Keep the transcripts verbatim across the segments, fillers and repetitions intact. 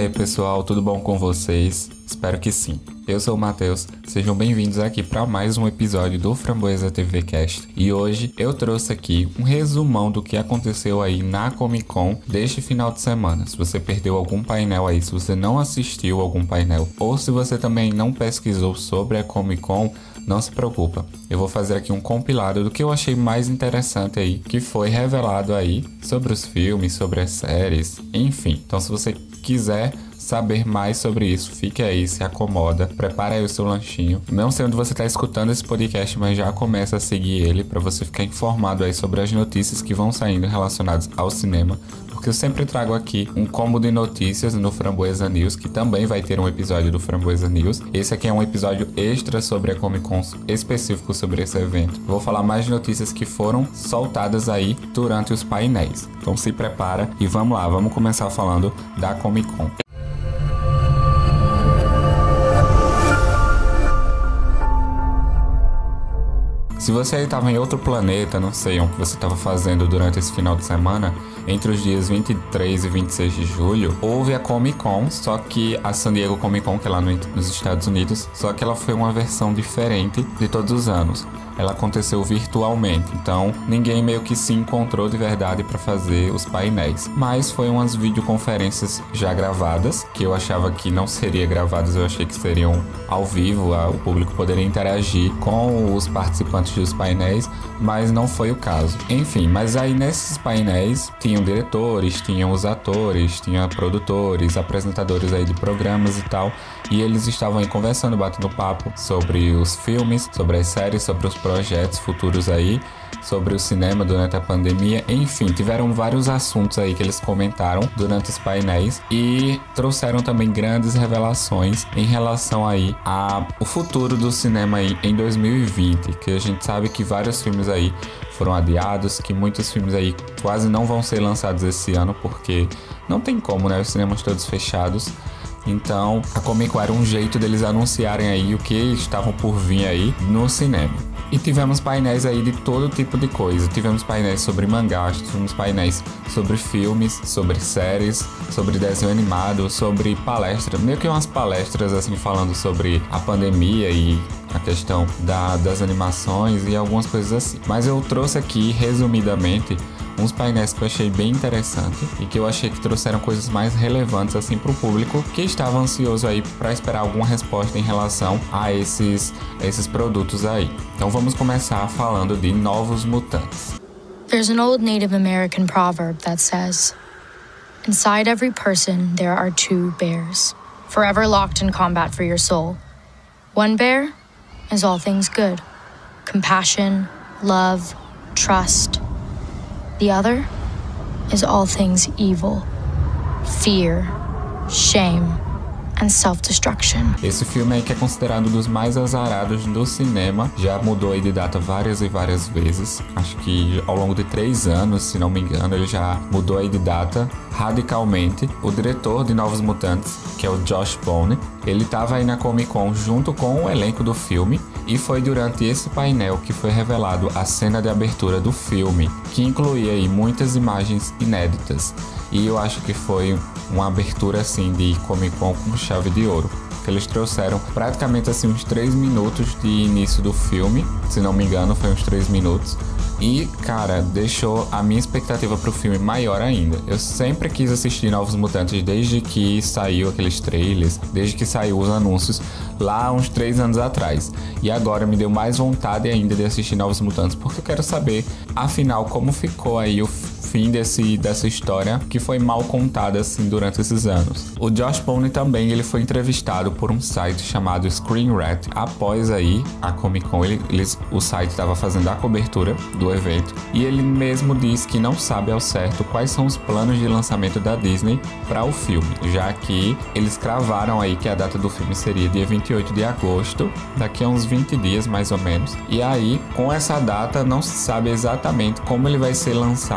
aí pessoal, tudo bom com vocês? Espero que sim. Eu sou o Matheus, sejam bem-vindos aqui para mais um episódio do Framboesa T V Cast. E hoje eu trouxe aqui um resumão do que aconteceu aí na Comic Con deste final de semana. Se você perdeu algum painel aí, se você não assistiu algum painel, ou se você também não pesquisou sobre a Comic Con, não se preocupa. Eu vou fazer aqui um compilado do que eu achei mais interessante aí, que foi revelado aí sobre os filmes, sobre as séries, enfim. Então se você quiser saber mais sobre isso, fique aí, se acomoda, prepara aí o seu lanchinho. Não sei onde você está escutando esse podcast, mas já começa a seguir ele para você ficar informado aí sobre as notícias que vão saindo relacionadas ao cinema, porque eu sempre trago aqui um combo de notícias no Framboesa News, que também vai ter um episódio do Framboesa News. Esse aqui é um episódio extra sobre a Comic Con, específico sobre esse evento. Vou falar mais de notícias que foram soltadas aí durante os painéis. Então se prepara e vamos lá, vamos começar falando da Comic Con. Se você aí estava em outro planeta, não sei o que você estava fazendo durante esse final de semana, entre os dias vinte e três e vinte e seis de julho, houve a Comic Con, só que a San Diego Comic Con, que é lá no, nos Estados Unidos, só que ela foi uma versão diferente de todos os anos. Ela aconteceu virtualmente, então ninguém meio que se encontrou de verdade para fazer os painéis. Mas foi umas videoconferências já gravadas, que eu achava que não seria gravadas, eu achei que seriam ao vivo, o público poderia interagir com os participantes dos painéis, mas não foi o caso. Enfim, mas aí nesses painéis tinham diretores, tinham os atores, tinha produtores, apresentadores aí de programas e tal, e eles estavam aí conversando, batendo papo sobre os filmes, sobre as séries, sobre os projetos futuros aí, sobre o cinema durante a pandemia, enfim, tiveram vários assuntos aí que eles comentaram durante os painéis e trouxeram também grandes revelações em relação aí ao futuro do cinema aí em dois mil e vinte, que a gente sabe que vários filmes aí foram adiados, que muitos filmes aí quase não vão ser lançados esse ano, porque não tem como, né, os cinemas todos fechados. Então, a Comic Con era um jeito deles anunciarem aí o que estavam por vir aí no cinema. E tivemos painéis aí de todo tipo de coisa. Tivemos painéis sobre mangás, tivemos painéis sobre filmes, sobre séries, sobre desenho animado, sobre palestras, meio que umas palestras assim falando sobre a pandemia e a questão da, das animações e algumas coisas assim. Mas eu trouxe aqui, resumidamente, uns painéis que eu achei bem interessante e que eu achei que trouxeram coisas mais relevantes assim para o público que estava ansioso aí para esperar alguma resposta em relação a esses, a esses produtos aí. Então vamos começar falando de Novos Mutantes. There's an old Native American proverb that says, "Inside every person there are two bears, forever locked in combat for your soul. One bear is all things good, compassion, love, trust. The other is all things evil, fear, shame, and self-destruction." Esse filme aí, que é considerado um dos mais azarados do cinema, já mudou aí de data várias e várias vezes. Acho que ao longo de três anos, se não me engano, ele já mudou aí de data radicalmente. O diretor de Novos Mutantes, que é o Josh Boone, ele estava aí na Comic Con junto com o elenco do filme, e foi durante esse painel que foi revelado a cena de abertura do filme, que incluía aí muitas imagens inéditas. E eu acho que foi uma abertura assim de Comic Con com chave de ouro. Eles trouxeram praticamente assim uns três minutos de início do filme, se não me engano foi uns três minutos. E, cara, deixou a minha expectativa pro filme maior ainda. Eu sempre quis assistir Novos Mutantes desde que saiu aqueles trailers, desde que saiu os anúncios, lá uns três anos atrás. E agora me deu mais vontade ainda de assistir Novos Mutantes, porque eu quero saber, afinal, como ficou aí o fim desse, dessa história que foi mal contada assim durante esses anos. O Josh Boone também, ele foi entrevistado por um site chamado Screen Rant. Após aí a Comic Con, ele, eles, o site estava fazendo a cobertura do evento e ele mesmo diz que não sabe ao certo quais são os planos de lançamento da Disney para o filme, já que eles cravaram aí que a data do filme seria dia vinte e oito de agosto, daqui a uns vinte dias mais ou menos. E aí, com essa data, não se sabe exatamente como ele vai ser lançado,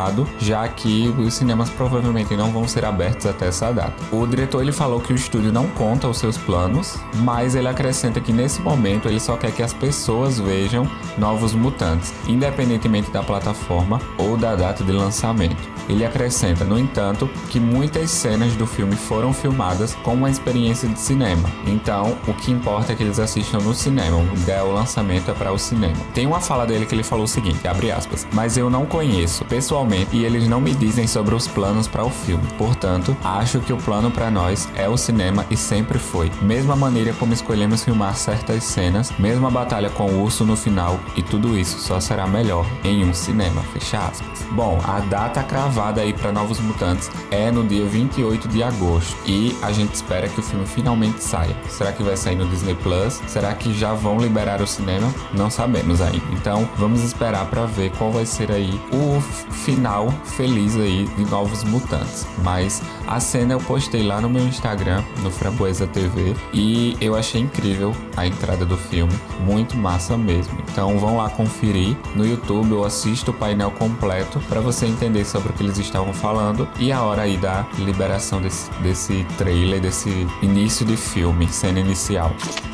já que os cinemas provavelmente não vão ser abertos até essa data. O diretor ele falou que o estúdio não conta os seus planos, mas ele acrescenta que nesse momento ele só quer que as pessoas vejam Novos Mutantes, independentemente da plataforma ou da data de lançamento. Ele acrescenta, no entanto, que muitas cenas do filme foram filmadas com uma experiência de cinema. Então, o que importa é que eles assistam no cinema. O lançamento é para o cinema. Tem uma fala dele que ele falou o seguinte, abre aspas, mas eu não conheço pessoalmente e eles não me dizem sobre os planos para o filme. Portanto, acho que o plano para nós é o cinema e sempre foi. Mesma maneira como escolhemos filmar certas cenas, mesma batalha com o urso no final e tudo isso só será melhor em um cinema, fecha aspas. Bom, a data cravada aí para Novos Mutantes é no dia vinte e oito de agosto e a gente espera que o filme finalmente saia. Será que vai sair no Disney Plus? Será que já vão liberar o cinema? Não sabemos ainda. Então vamos esperar para ver qual vai ser aí o final feliz aí de Novos Mutantes. Mas a cena eu postei lá no meu Instagram, no Framboesa T V, e eu achei incrível a entrada do filme, muito massa mesmo. Então vão lá conferir no YouTube, eu assisto o painel completo para você entender sobre o que eles estavam falando e a hora aí da liberação desse, desse trailer, desse início de filme, cena inicial.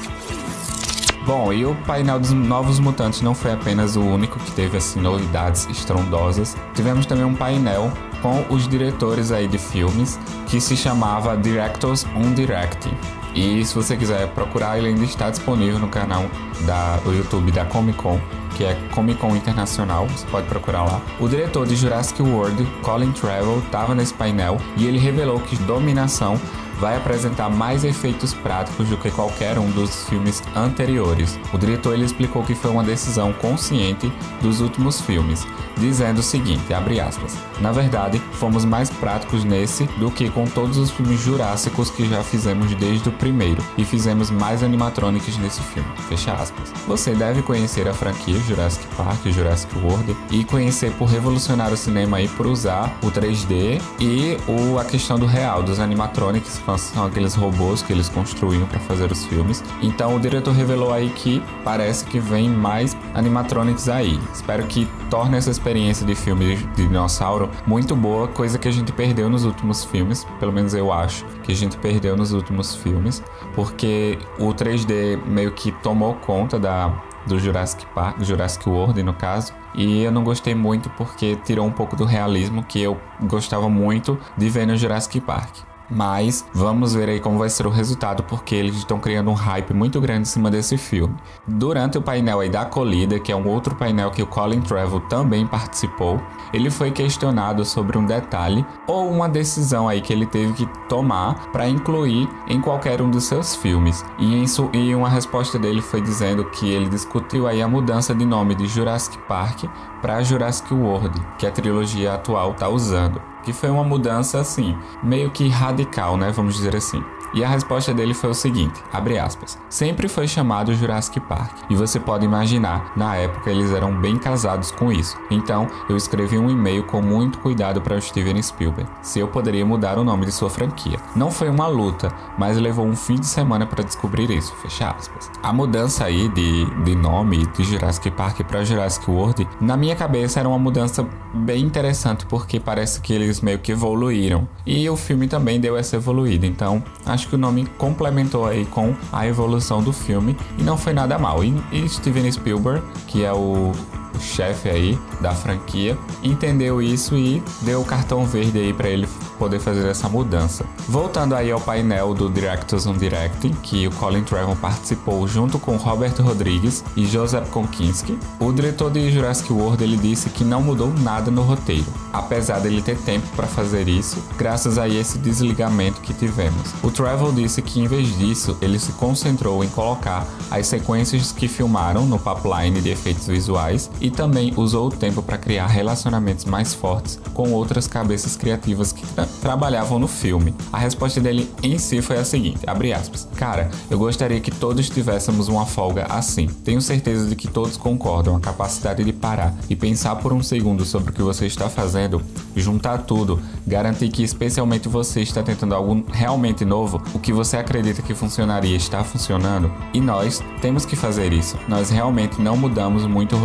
Bom, e o painel dos Novos Mutantes não foi apenas o único que teve assim novidades estrondosas. Tivemos também um painel com os diretores aí de filmes que se chamava Directors on Directing. E se você quiser procurar, ele ainda está disponível no canal da, do YouTube da Comic Con, que é Comic Con Internacional, você pode procurar lá. O diretor de Jurassic World, Colin Trevorrow, estava nesse painel e ele revelou que Dominação vai apresentar mais efeitos práticos do que qualquer um dos filmes anteriores. O diretor ele explicou que foi uma decisão consciente dos últimos filmes, dizendo o seguinte, abre aspas, na verdade, fomos mais práticos nesse do que com todos os filmes jurássicos que já fizemos desde o primeiro, e fizemos mais animatronics nesse filme, fecha aspas. Você deve conhecer a franquia Jurassic Park e Jurassic World, e conhecer por revolucionar o cinema aí por usar o três D e o, a questão do real, dos animatronics, são aqueles robôs que eles construíam para fazer os filmes. Então o diretor revelou aí que parece que vem mais animatronics aí. Espero que torne essa experiência de filme de dinossauro muito boa, coisa que a gente perdeu nos últimos filmes, pelo menos eu acho que a gente perdeu nos últimos filmes, porque o três D meio que tomou conta da do Jurassic Park, Jurassic World no caso, e eu não gostei muito porque tirou um pouco do realismo que eu gostava muito de ver no Jurassic Park. Mas vamos ver aí como vai ser o resultado, porque eles estão criando um hype muito grande em cima desse filme. Durante o painel aí da Colida, que é um outro painel que o Colin Trevorrow também participou, ele foi questionado sobre um detalhe ou uma decisão aí que ele teve que tomar para incluir em qualquer um dos seus filmes. E, isso, e uma resposta dele foi dizendo que ele discutiu aí a mudança de nome de Jurassic Park para Jurassic World, que a trilogia atual está usando. Que foi uma mudança, assim, meio que radical, né? Vamos dizer assim. E a resposta dele foi o seguinte, abre aspas, sempre foi chamado Jurassic Park, e você pode imaginar, na época eles eram bem casados com isso. Então, eu escrevi um e-mail com muito cuidado para o Steven Spielberg, se eu poderia mudar o nome de sua franquia. Não foi uma luta, mas levou um fim de semana para descobrir isso, fecha aspas. A mudança aí de, de nome de Jurassic Park para Jurassic World, na minha cabeça era uma mudança bem interessante, porque parece que eles meio que evoluíram. E o filme também deu essa evoluída, então acho que o nome complementou aí com a evolução do filme e não foi nada mal. E, e Steven Spielberg, que é o, o chefe aí da franquia, entendeu isso e deu o cartão verde aí para ele poder fazer essa mudança. Voltando aí ao painel do Directors on Directing, que o Colin Trevorrow participou junto com Robert Rodrigues e Joseph Kosinski, o diretor de Jurassic World ele disse que não mudou nada no roteiro, apesar dele ter tempo para fazer isso, graças a esse desligamento que tivemos. O Trevorrow disse que em vez disso, ele se concentrou em colocar as sequências que filmaram no pipeline de efeitos visuais e também usou o tempo para criar relacionamentos mais fortes com outras cabeças criativas que tra- trabalhavam no filme. A resposta dele em si foi a seguinte, abre aspas, cara, eu gostaria que todos tivéssemos uma folga assim. Tenho certeza de que todos concordam, a capacidade de parar e pensar por um segundo sobre o que você está fazendo, juntar tudo, garantir que especialmente você está tentando algo realmente novo, o que você acredita que funcionaria está funcionando, e nós temos que fazer isso. Nós realmente não mudamos muito o roteiro,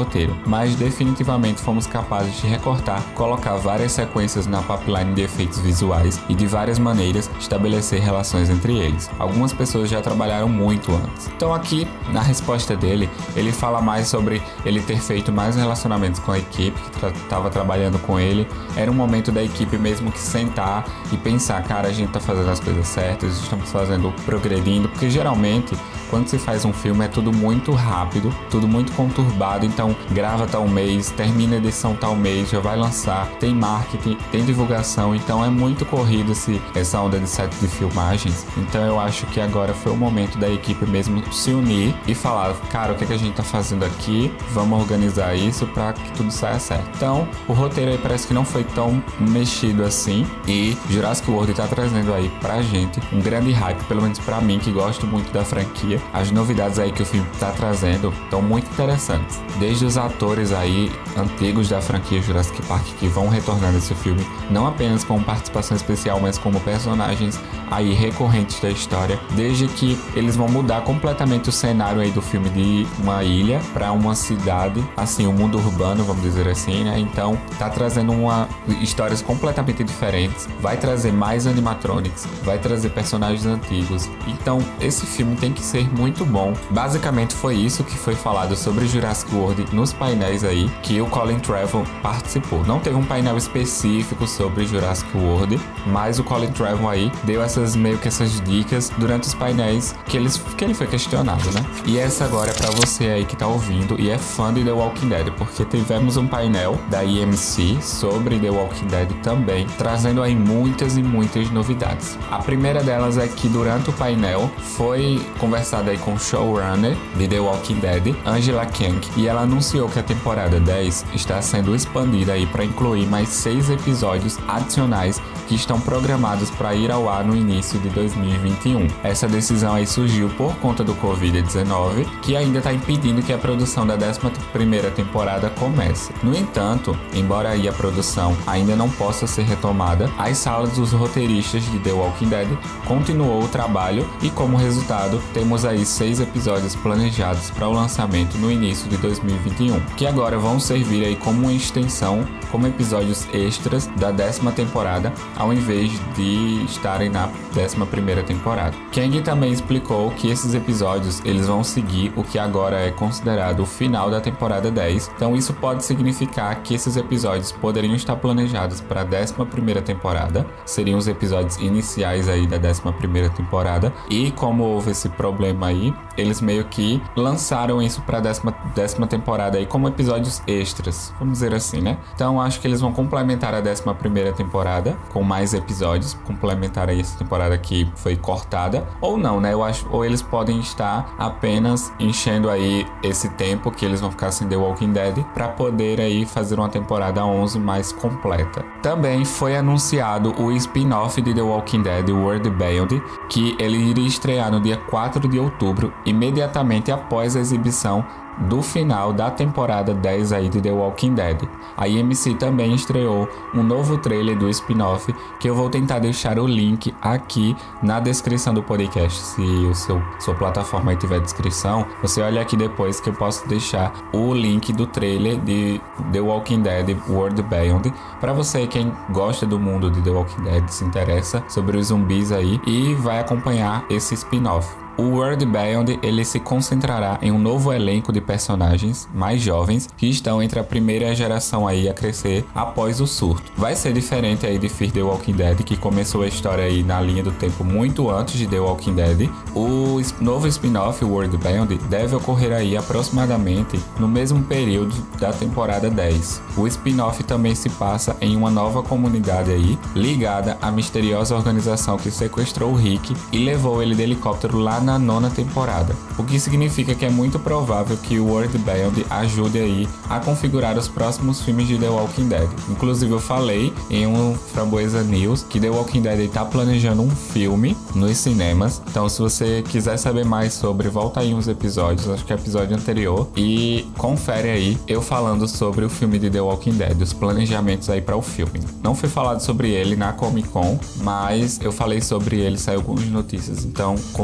mas definitivamente fomos capazes de recortar, colocar várias sequências na pipeline de efeitos visuais e de várias maneiras estabelecer relações entre eles. Algumas pessoas já trabalharam muito antes. Então aqui, na resposta dele, ele fala mais sobre ele ter feito mais relacionamentos com a equipe que estava tra- trabalhando com ele. Era um momento da equipe mesmo que sentar e pensar, cara, a gente tá fazendo as coisas certas, estamos fazendo, progredindo, porque geralmente quando se faz um filme é tudo muito rápido, tudo muito conturbado, então grava tal mês, termina a edição tal mês, já vai lançar, tem marketing, tem divulgação, então é muito corrido esse, essa onda de set de filmagens. Então eu acho que agora foi o momento da equipe mesmo se unir e falar, cara, o que, é que a gente tá fazendo aqui, vamos organizar isso pra que tudo saia certo. Então o roteiro aí parece que não foi tão mexido assim, e Jurassic World tá trazendo aí pra gente um grande hype, pelo menos pra mim que gosto muito da franquia. As novidades aí que o filme tá trazendo estão muito interessantes. Desde os atores aí antigos da franquia Jurassic Park que vão retornar nesse filme, não apenas como participação especial, mas como personagens aí recorrentes da história. Desde que eles vão mudar completamente o cenário aí do filme de uma ilha para uma cidade, assim, um mundo urbano, vamos dizer assim, né? Então tá trazendo uma histórias completamente diferentes. Vai trazer mais animatronics, vai trazer personagens antigos. Então esse filme tem que ser muito bom. Basicamente foi isso que foi falado sobre Jurassic World nos painéis aí que o Colin Trevorrow participou. Não teve um painel específico sobre Jurassic World, mas o Colin Trevorrow aí deu essas meio que essas dicas durante os painéis que, eles, que ele foi questionado, né? E essa agora é pra você aí que tá ouvindo e é fã de The Walking Dead, porque tivemos um painel da A M C sobre The Walking Dead também, trazendo aí muitas e muitas novidades. A primeira delas é que durante o painel foi conversado aí com o showrunner de The Walking Dead, Angela Kang, e ela anunciou que a temporada dez está sendo expandida aí para incluir mais seis episódios adicionais que estão programados para ir ao ar no início de dois mil e vinte e um. Essa decisão aí surgiu por conta do covid dezenove, que ainda está impedindo que a produção da décima primeira temporada comece. No entanto, embora aí a produção ainda não possa ser retomada, as salas dos roteiristas de The Walking Dead continuou o trabalho e, como resultado, temos aí seis episódios planejados para o lançamento no início de dois mil e vinte e um, que agora vão servir aí como uma extensão, como episódios extras da décima temporada, ao invés de estarem na décima primeira temporada. Kang também explicou que esses episódios eles vão seguir o que agora é considerado o final da temporada dez, então isso pode significar que esses episódios poderiam estar planejados para a décima primeira temporada, seriam os episódios iniciais aí da décima primeira temporada, e como houve esse problema aí, eles meio que lançaram isso para a décima, décima temporada aí como episódios extras, vamos dizer assim, né? Então acho que eles vão complementar a décima primeira temporada com mais episódios, complementar aí essa temporada que foi cortada, ou não, né? Eu acho, ou eles podem estar apenas enchendo aí esse tempo que eles vão ficar sem The Walking Dead para poder aí fazer uma temporada onze mais completa. Também foi anunciado o spin-off de The Walking Dead, World Beyond, que ele iria estrear no dia quatro de outubro, imediatamente após a exibição do final da temporada dez aí de The Walking Dead. A A M C também estreou um novo trailer do spin-off, que eu vou tentar deixar o link aqui na descrição do podcast. Se o seu sua plataforma aí tiver descrição, você olha aqui depois que eu posso deixar o link do trailer de The Walking Dead World Beyond, para você quem gosta do mundo de The Walking Dead, se interessa sobre os zumbis aí e vai acompanhar esse spin-off. O World Beyond ele se concentrará em um novo elenco de personagens mais jovens que estão entre a primeira geração aí a crescer após o surto. Vai ser diferente aí de Fear the Walking Dead, que começou a história aí na linha do tempo muito antes de The Walking Dead. O novo spin-off, World Beyond, deve ocorrer aí aproximadamente no mesmo período da temporada dez. O spin-off também se passa em uma nova comunidade aí, ligada à misteriosa organização que sequestrou o Rick e levou ele de helicóptero lá na nona temporada, o que significa que é muito provável que o World Beyond ajude aí a configurar os próximos filmes de The Walking Dead. Inclusive eu falei em um Framboesa News que The Walking Dead está planejando um filme nos cinemas, então se você quiser saber mais sobre, volta aí uns episódios, acho que é o episódio anterior, e confere aí eu falando sobre o filme de The Walking Dead, os planejamentos aí para o filme. Não foi falado sobre ele na Comic Con, mas eu falei sobre ele, saiu algumas notícias, então confere lá.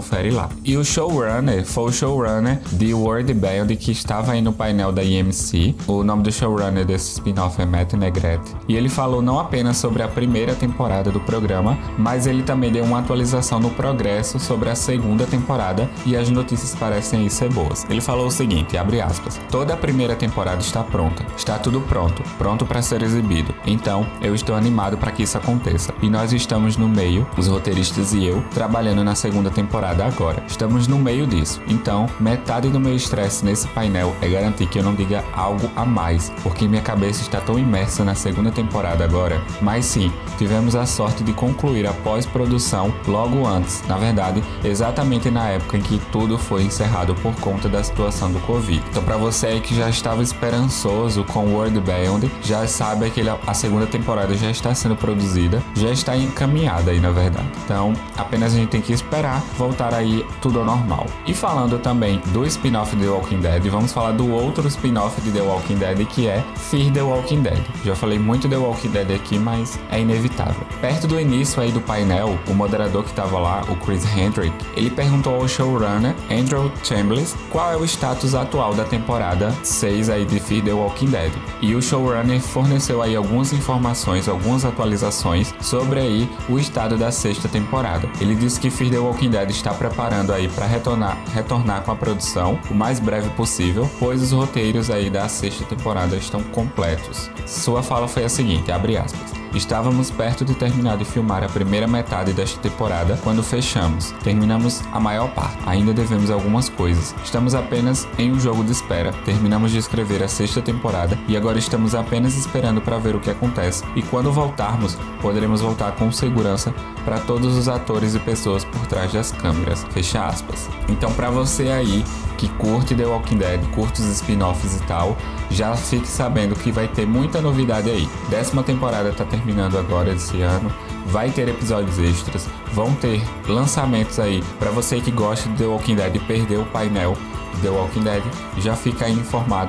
lá. E o showrunner foi o showrunner de Word Band, que estava aí no painel da I M C. O nome do showrunner desse spin-off é Matt Negrete. E ele falou não apenas sobre a primeira temporada do programa, mas ele também deu uma atualização no progresso sobre a segunda temporada, e as notícias parecem aí ser boas. Ele falou o seguinte, abre aspas: toda a primeira temporada está pronta, está tudo pronto, pronto para ser exibido. Então, eu estou animado para que isso aconteça. E nós estamos no meio, os roteiristas e eu, trabalhando na segunda temporada agora. Estamos no meio disso. Então, metade do meu estresse nesse painel é garantir que eu não diga algo a mais, porque minha cabeça está tão imersa na segunda temporada agora. Mas sim, tivemos a sorte de concluir a pós-produção logo antes, na verdade, exatamente na época em que tudo foi encerrado por conta da situação do Covid. Então, para você aí que já estava esperançoso com Word Band, já sabe que a segunda temporada já está sendo produzida, já está encaminhada aí, na verdade. Então, apenas a gente tem que esperar voltar aí tudo ao normal. E falando também do spin-off de The Walking Dead, vamos falar do outro spin-off de The Walking Dead, que é Fear the Walking Dead. Já falei muito The Walking Dead aqui, mas é inevitável. Perto do início aí do painel, o moderador que estava lá, o Chris Hendrick, ele perguntou ao showrunner Andrew Chambliss qual é o status atual da temporada seis aí de Fear the Walking Dead. E o showrunner forneceu aí algumas informações, algumas atualizações sobre aí o estado da sexta temporada. Ele disse que Fear the Walking Dead está preparando aí para retornar, retornar com a produção o mais breve possível, pois os roteiros aí da sexta temporada estão completos. Sua fala foi a seguinte, abre aspas: estávamos perto de terminar de filmar a primeira metade desta temporada quando fechamos. Terminamos a maior parte. Ainda devemos algumas coisas. Estamos apenas em um jogo de espera. Terminamos de escrever a sexta temporada e agora estamos apenas esperando para ver o que acontece. E quando voltarmos, poderemos voltar com segurança para todos os atores e pessoas por trás das câmeras. Fecha aspas. Então, para você aí que curte The Walking Dead, curte os spin-offs e tal, já fique sabendo que vai ter muita novidade aí. Décima temporada tá terminando agora esse ano, vai ter episódios extras, vão ter lançamentos aí. Para você que gosta de The Walking Dead e perdeu o painel de The Walking Dead, já fica aí informado.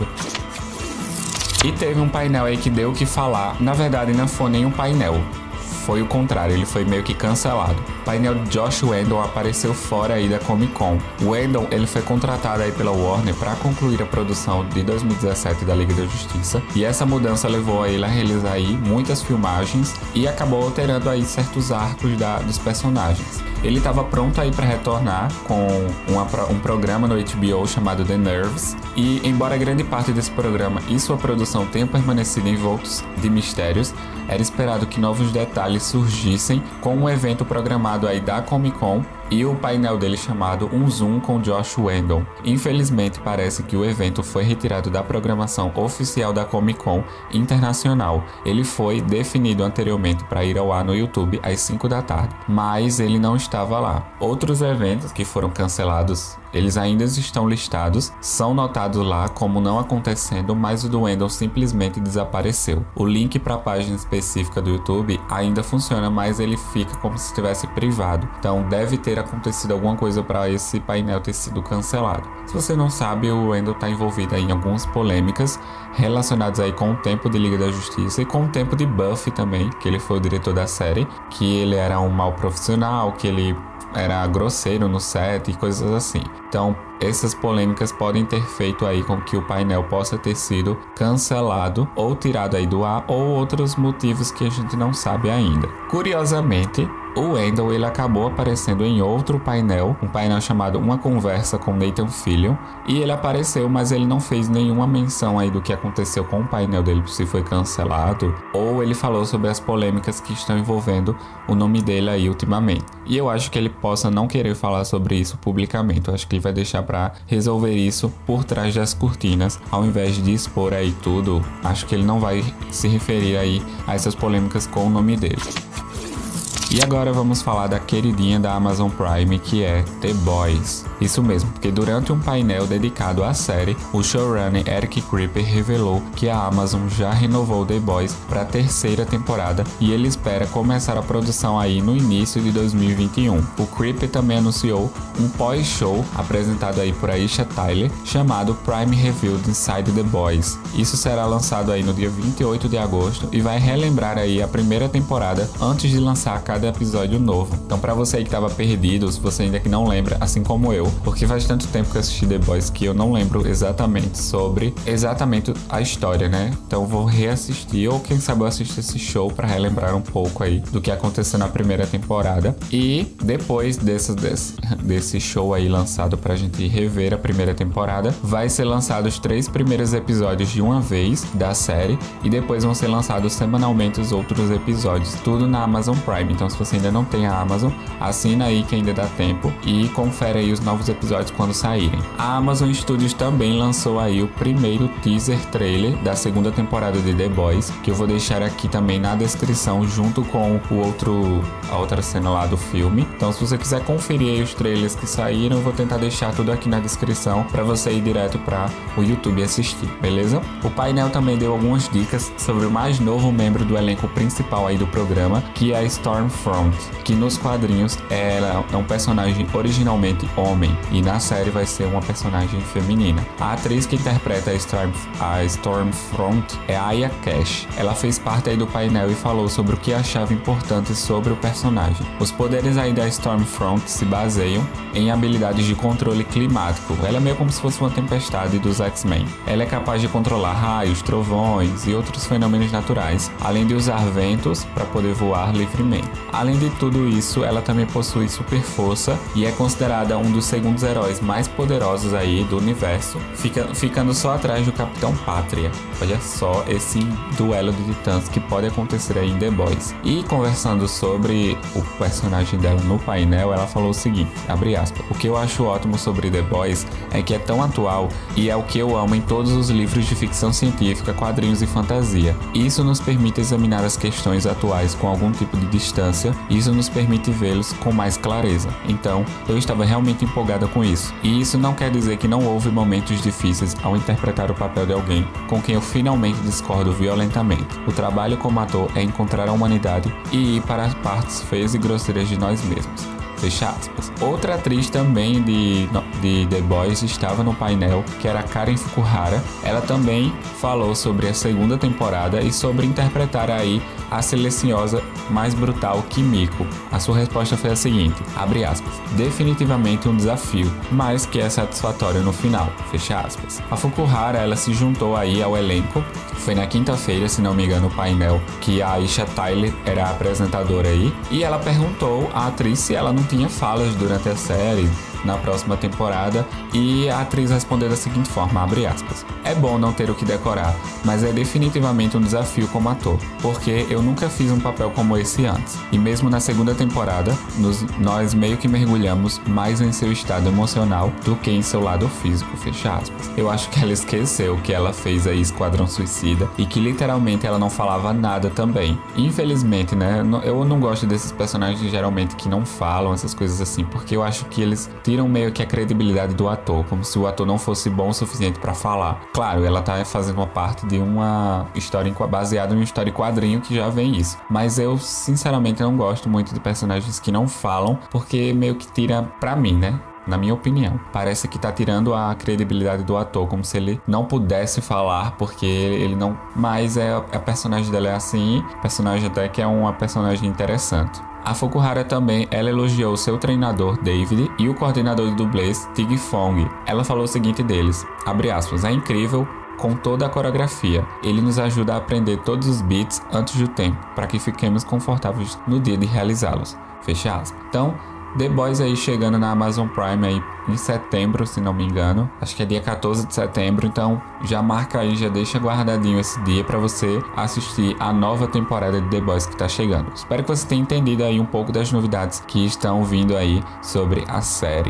E teve um painel aí que deu o que falar. Na verdade, não foi nenhum painel, foi o contrário, ele foi meio que cancelado. O painel de Josh Whedon apareceu fora aí da Comic Con. O Whedon, ele foi contratado aí pela Warner para concluir a produção de dois mil e dezessete da Liga da Justiça, e essa mudança levou a ele a realizar aí muitas filmagens e acabou alterando aí certos arcos da, dos personagens. Ele estava pronto aí para retornar com uma, um programa no H B O chamado The Nerves, e embora grande parte desse programa e sua produção tenha permanecido envoltos de mistérios, era esperado que novos detalhes surgissem com um evento programado aí da Comic Con e o painel dele chamado Um Zoom com Josh Whedon. Infelizmente, parece que o evento foi retirado da programação oficial da Comic Con Internacional. Ele foi definido anteriormente para ir ao ar no YouTube às cinco da tarde, mas ele não estava lá. Outros eventos que foram cancelados, eles ainda estão listados, são notados lá como não acontecendo, mas o do Whedon simplesmente desapareceu. O link para a página específica do YouTube ainda funciona, mas ele fica como se estivesse privado. Então deve ter acontecido alguma coisa para esse painel ter sido cancelado. Se você não sabe, o Whedon está envolvido em algumas polêmicas relacionadas aí com o tempo de Liga da Justiça e com o tempo de Buffy também, que ele foi o diretor da série, que ele era um mau profissional, que ele era grosseiro no set e coisas assim. Então, essas polêmicas podem ter feito aí com que o painel possa ter sido cancelado ou tirado aí do ar, ou outros motivos que a gente não sabe ainda. Curiosamente, o Whedon, ele acabou aparecendo em outro painel, um painel chamado Uma Conversa com Nathan Fillion, e ele apareceu, mas ele não fez nenhuma menção aí do que aconteceu com o painel dele, se foi cancelado, ou ele falou sobre as polêmicas que estão envolvendo o nome dele aí ultimamente. E eu acho que ele possa não querer falar sobre isso publicamente. Eu acho que ele vai deixar para resolver isso por trás das cortinas, ao invés de expor aí tudo. Acho que ele não vai se referir aí a essas polêmicas com o nome dele. E agora vamos falar da queridinha da Amazon Prime, que é The Boys. Isso mesmo, porque durante um painel dedicado à série, o showrunner Eric Kripke revelou que a Amazon já renovou The Boys para a terceira temporada e ele espera começar a produção aí no início de dois mil e vinte e um. O Kripke também anunciou um pós-show apresentado aí por Aisha Tyler, chamado Prime Revealed Inside The Boys. Isso será lançado aí no dia vinte e oito de agosto e vai relembrar aí a primeira temporada antes de lançar cada cada episódio novo. Então pra você aí que tava perdido, se você ainda que não lembra, assim como eu, porque faz tanto tempo que eu assisti The Boys que eu não lembro exatamente sobre exatamente a história, né? Então eu vou reassistir, ou quem sabe eu assisto esse show pra relembrar um pouco aí do que aconteceu na primeira temporada. E depois desse, desse, desse show aí lançado pra gente rever a primeira temporada, vai ser lançado os três primeiros episódios de uma vez da série, e depois vão ser lançados semanalmente os outros episódios, tudo na Amazon Prime. Então se você ainda não tem a Amazon, assina aí que ainda dá tempo e confere aí os novos episódios quando saírem. A Amazon Studios também lançou aí o primeiro teaser trailer da segunda temporada de The Boys, que eu vou deixar aqui também na descrição junto com o outro, a outra cena lá do filme. Então se você quiser conferir aí os trailers que saíram, eu vou tentar deixar tudo aqui na descrição para você ir direto para o YouTube assistir, beleza? O painel também deu algumas dicas sobre o mais novo membro do elenco principal aí do programa, que é a Stormfront, que nos quadrinhos ela é um personagem originalmente homem e na série vai ser uma personagem feminina. A atriz que interpreta a, Storm, a Stormfront é a Aya Cash. Ela fez parte aí do painel e falou sobre o que achava importante sobre o personagem. Os poderes aí da Stormfront se baseiam em habilidades de controle climático. Ela é meio como se fosse uma tempestade dos X-Men. Ela é capaz de controlar raios, trovões e outros fenômenos naturais, além de usar ventos para poder voar livremente. Além de tudo isso, ela também possui super força e é considerada um dos segundos heróis mais poderosos aí do universo, fica, ficando só atrás do Capitão Pátria. Olha só esse duelo de titãs que pode acontecer aí em The Boys. E conversando sobre o personagem dela no painel, ela falou o seguinte, abre aspas, o que eu acho ótimo sobre The Boys é que é tão atual e é o que eu amo em todos os livros de ficção científica, quadrinhos e fantasia. Isso nos permite examinar as questões atuais com algum tipo de distância, e isso nos permite vê-los com mais clareza. Então, eu estava realmente empolgada com isso. E isso não quer dizer que não houve momentos difíceis ao interpretar o papel de alguém com quem eu finalmente discordo violentamente. O trabalho como ator é encontrar a humanidade e ir para as partes feias e grosseiras de nós mesmos. Fecha aspas. Outra atriz também de, de The Boys estava no painel, que era Karen Fukuhara. Ela também falou sobre a segunda temporada e sobre interpretar aí a silenciosa mais brutal Kimiko. A sua resposta foi a seguinte, abre aspas, definitivamente um desafio, mas que é satisfatório no final, fecha aspas. A Fukuhara, ela se juntou aí ao elenco, foi na quinta-feira, se não me engano, o painel, que a Aisha Tyler era a apresentadora aí, e ela perguntou à atriz se ela não tinha falas durante a série, na próxima temporada, e a atriz respondeu da seguinte forma, abre aspas, é bom não ter o que decorar, mas é definitivamente um desafio como ator, porque eu nunca fiz um papel como esse antes, e mesmo na segunda temporada, nos, nós meio que mergulhamos mais em seu estado emocional do que em seu lado físico, fecha aspas. Eu acho que ela esqueceu que ela fez aí Esquadrão Suicida, e que literalmente ela não falava nada também. Infelizmente, né, eu não gosto desses personagens geralmente que não falam, essas coisas assim, porque eu acho que eles tiram meio que a credibilidade do ator, como se o ator não fosse bom o suficiente pra falar. Claro, ela tá fazendo uma parte de uma história baseada em uma história em quadrinho que já vem isso. Mas eu, sinceramente, não gosto muito de personagens que não falam, porque meio que tira, pra mim, né? Na minha opinião, parece que tá tirando a credibilidade do ator, como se ele não pudesse falar, porque ele não... Mas é, a personagem dela é assim, personagem até que é uma personagem interessante. A Fukuhara também, ela elogiou seu treinador, David, e o coordenador de dublês, Tig Fong. Ela falou o seguinte deles, abre aspas, é incrível com toda a coreografia. Ele nos ajuda a aprender todos os beats antes do tempo, para que fiquemos confortáveis no dia de realizá-los. Fecha aspas. Então, The Boys aí chegando na Amazon Prime aí em setembro, se não me engano. Acho que é dia quatorze de setembro, então já marca aí, já deixa guardadinho esse dia para você assistir a nova temporada de The Boys que tá chegando. Espero que você tenha entendido aí um pouco das novidades que estão vindo aí sobre a série.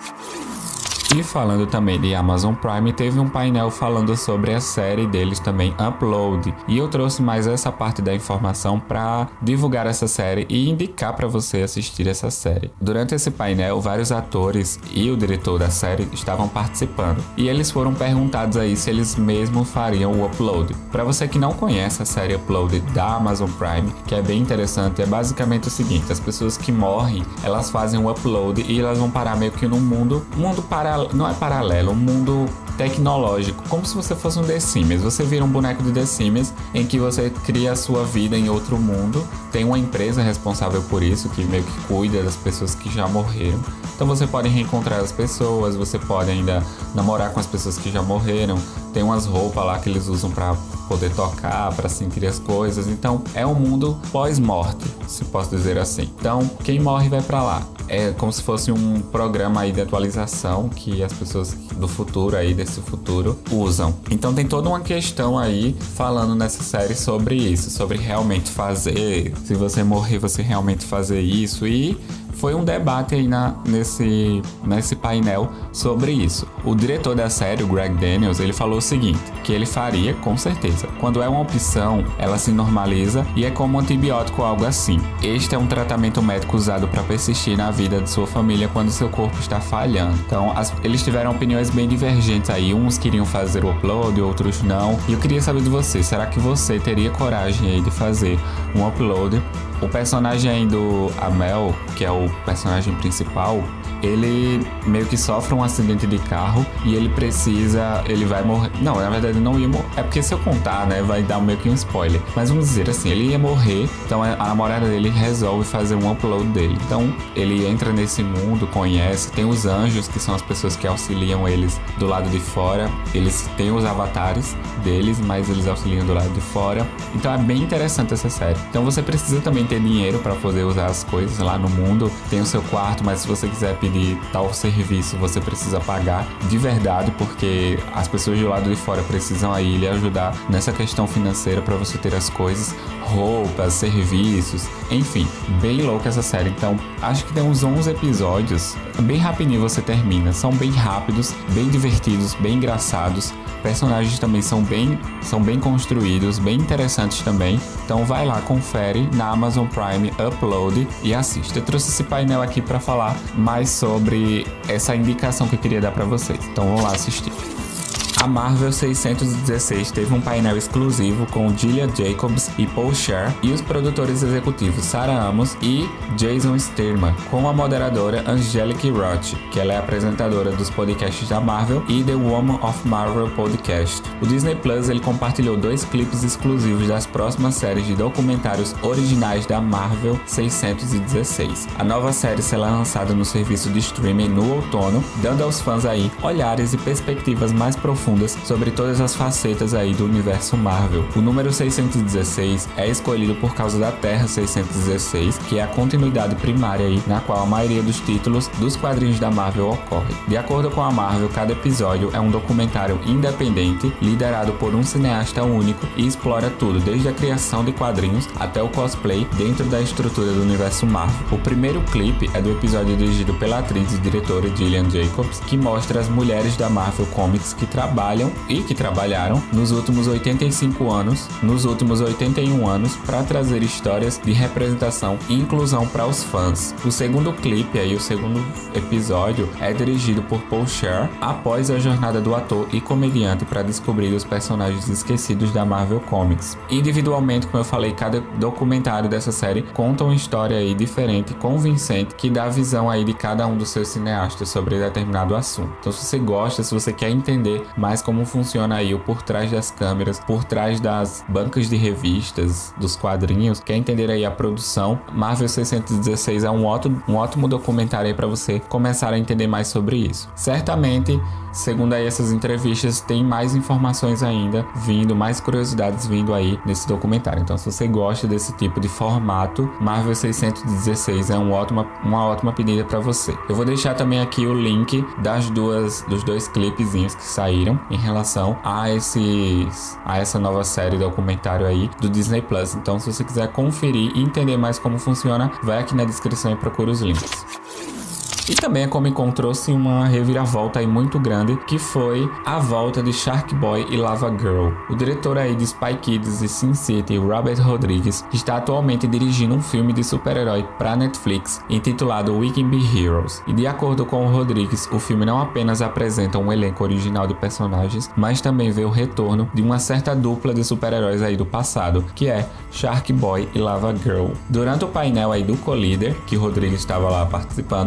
E falando também de Amazon Prime, teve um painel falando sobre a série deles também, Upload. E eu trouxe mais essa parte da informação para divulgar essa série e indicar para você assistir essa série. Durante esse painel, vários atores e o diretor da série estavam participando. E eles foram perguntados aí se eles mesmos fariam o Upload. Para você que não conhece a série Upload da Amazon Prime, que é bem interessante, é basicamente o seguinte, as pessoas que morrem, elas fazem o Upload e elas vão parar meio que num mundo, mundo paralelo. Não é paralelo, um mundo tecnológico, como se você fosse um The Sims. Você vira um boneco de The Sims em que você cria a sua vida em outro mundo. Tem uma empresa responsável por isso, que meio que cuida das pessoas que já morreram. Então você pode reencontrar as pessoas, você pode ainda namorar com as pessoas que já morreram. Tem umas roupas lá que eles usam para poder tocar, para sentir as coisas. Então é um mundo pós-morte, se posso dizer assim. Então quem morre vai para lá. É como se fosse um programa aí de atualização que as pessoas do futuro aí, desse futuro, usam. Então tem toda uma questão aí falando nessa série sobre isso, sobre realmente fazer, se você morrer, você realmente fazer isso. E foi um debate aí na, nesse, nesse painel sobre isso. O diretor da série, o Greg Daniels, ele falou o seguinte, que ele faria, com certeza. Quando é uma opção, ela se normaliza e é como um antibiótico ou algo assim. Este é um tratamento médico usado para persistir na vida de sua família quando seu corpo está falhando. Então, as, eles tiveram opiniões bem divergentes aí. Uns queriam fazer o upload, outros não. E eu queria saber de você, será que você teria coragem aí de fazer um upload? O personagem aí do Amel, que é o personagem principal, ele meio que sofre um acidente de carro e ele precisa, ele vai morrer. Não, na verdade não ia morrer. É porque se eu contar, né, vai dar meio que um spoiler. Mas vamos dizer assim, ele ia morrer, então a namorada dele resolve fazer um upload dele. Então ele entra nesse mundo, conhece, tem os anjos, que são as pessoas que auxiliam eles do lado de fora. Eles têm os avatares deles, mas eles auxiliam do lado de fora. Então é bem interessante essa série. Então você precisa também ter dinheiro para poder usar as coisas lá no mundo. Tem o seu quarto, mas se você quiser pedir tal serviço, você precisa pagar de verdade, porque as pessoas do lado de fora precisam aí lhe ajudar nessa questão financeira para você ter as coisas, roupas, serviços, enfim, bem louca essa série. Então, acho que tem uns onze episódios, bem rapidinho você termina, são bem rápidos, bem divertidos, bem engraçados. Personagens também são bem, são bem construídos, bem interessantes também. Então vai lá, confere na Amazon Prime, upload e assista. Eu trouxe esse painel aqui para falar mais sobre essa indicação que eu queria dar para vocês. Então vamos lá assistir. A Marvel seiscentos e dezesseis teve um painel exclusivo com Gillian Jacobs e Paul Scheer e os produtores executivos Sarah Amos e Jason Sterman, com a moderadora Angelique Roth, que ela é apresentadora dos podcasts da Marvel e The Woman of Marvel Podcast. O Disney Plus ele compartilhou dois clipes exclusivos das próximas séries de documentários originais da Marvel seiscentos e dezesseis. A nova série será lançada no serviço de streaming no outono, dando aos fãs aí olhares e perspectivas mais profundas sobre todas as facetas aí do universo Marvel. O número seiscentos e dezesseis é escolhido por causa da Terra seiscentos e dezesseis, que é a continuidade primária aí, na qual a maioria dos títulos dos quadrinhos da Marvel ocorre. De acordo com a Marvel, cada episódio é um documentário independente, liderado por um cineasta único e explora tudo, desde a criação de quadrinhos até o cosplay dentro da estrutura do universo Marvel. O primeiro clipe é do episódio dirigido pela atriz e diretora Gillian Jacobs, que mostra as mulheres da Marvel Comics que trabalham trabalham e que trabalharam nos últimos oitenta e cinco anos, nos últimos oitenta e um anos, para trazer histórias de representação e inclusão para os fãs. O segundo clipe aí, o segundo episódio, é dirigido por Paul Scheer após a jornada do ator e comediante para descobrir os personagens esquecidos da Marvel Comics. Individualmente, como eu falei, cada documentário dessa série conta uma história aí diferente, convincente, que dá a visão aí de cada um dos seus cineastas sobre determinado assunto. Então, se você gosta, se você quer entender mais como funciona aí o por trás das câmeras, por trás das bancas de revistas, dos quadrinhos, quer entender aí a produção, Marvel seiscentos e dezesseis é um ótimo, um ótimo documentário aí para você começar a entender mais sobre isso. Certamente, segundo aí essas entrevistas, tem mais informações ainda vindo, mais curiosidades vindo aí nesse documentário. Então, se você gosta desse tipo de formato, Marvel seiscentos e dezesseis é um ótima, uma ótima pedida para você. Eu vou deixar também aqui o link das duas, dos dois clipezinhos que saíram em relação a, esses, a essa nova série documentário aí do Disney Plus. Então, se você quiser conferir e entender mais como funciona, vai aqui na descrição e procura os links. E também a Comic Con trouxe uma reviravolta aí muito grande, que foi a volta de Shark Boy e Lava Girl. O diretor aí de Spy Kids e Sin City, Robert Rodriguez, está atualmente dirigindo um filme de super-herói para Netflix intitulado We Can Be Heroes. E de acordo com o Rodriguez, o filme não apenas apresenta um elenco original de personagens, mas também vê o retorno de uma certa dupla de super-heróis aí do passado, que é Shark Boy e Lava Girl. Durante o painel aí do Collider, que Rodriguez estava lá participando, ele disse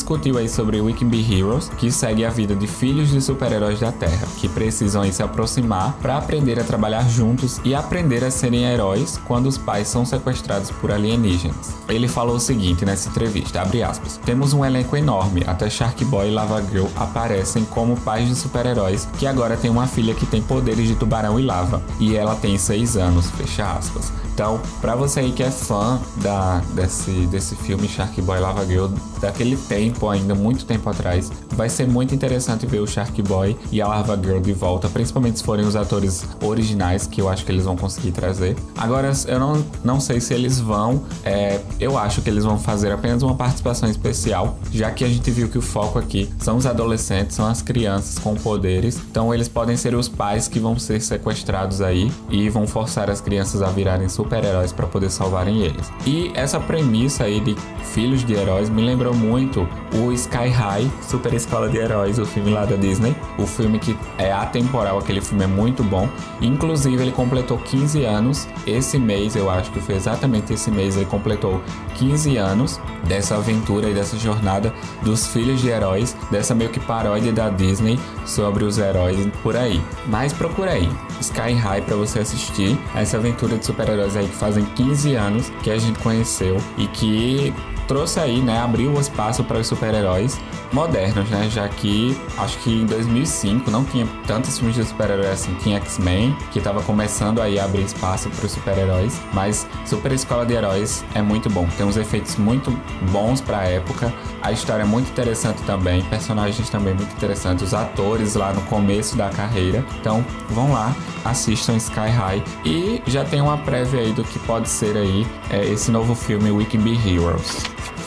discutiu aí sobre We Can Be Heroes, que segue a vida de filhos de super-heróis da Terra, que precisam aí se aproximar para aprender a trabalhar juntos e aprender a serem heróis quando os pais são sequestrados por alienígenas. Ele falou o seguinte nessa entrevista, abre aspas, temos um elenco enorme, até Shark Boy e Lava Girl aparecem como pais de super-heróis que agora tem uma filha que tem poderes de tubarão e lava, e ela tem seis anos, fecha aspas. Então, pra você aí que é fã da, desse, desse filme Shark Boy e Lava Girl, daquele tempo, ainda muito tempo atrás, vai ser muito interessante ver o Shark Boy e a Lava Girl de volta, principalmente se forem os atores originais, que eu acho que eles vão conseguir trazer. Agora, eu não, não sei se eles vão, é, eu acho que eles vão fazer apenas uma participação especial, já que a gente viu que o foco aqui são os adolescentes, são as crianças com poderes, então eles podem ser os pais que vão ser sequestrados aí e vão forçar as crianças a virarem super-heróis para poder salvarem eles. E essa premissa aí de filhos de heróis me lembrou muito o Sky High, Super Escola de Heróis, o filme lá da Disney, o filme que é atemporal, aquele filme é muito bom, inclusive ele completou quinze anos, esse mês, eu acho que foi exatamente esse mês, ele completou quinze anos dessa aventura e dessa jornada dos filhos de heróis, dessa meio que paródia da Disney sobre os heróis por aí. Mas procura aí, Sky High, pra você assistir essa aventura de super-heróis aí que fazem quinze anos que a gente conheceu e que trouxe aí, né, abriu o espaço para os super-heróis modernos, né, já que acho que em dois mil e cinco não tinha tantos filmes de super-heróis assim, tinha X-Men, que estava começando aí a abrir espaço para os super-heróis, mas Super Escola de Heróis é muito bom, tem uns efeitos muito bons para a época, a história é muito interessante também, personagens também muito interessantes, os atores lá no começo da carreira, então vão lá, assistam Sky High e já tem uma prévia aí do que pode ser aí é, esse novo filme We Can Be Heroes.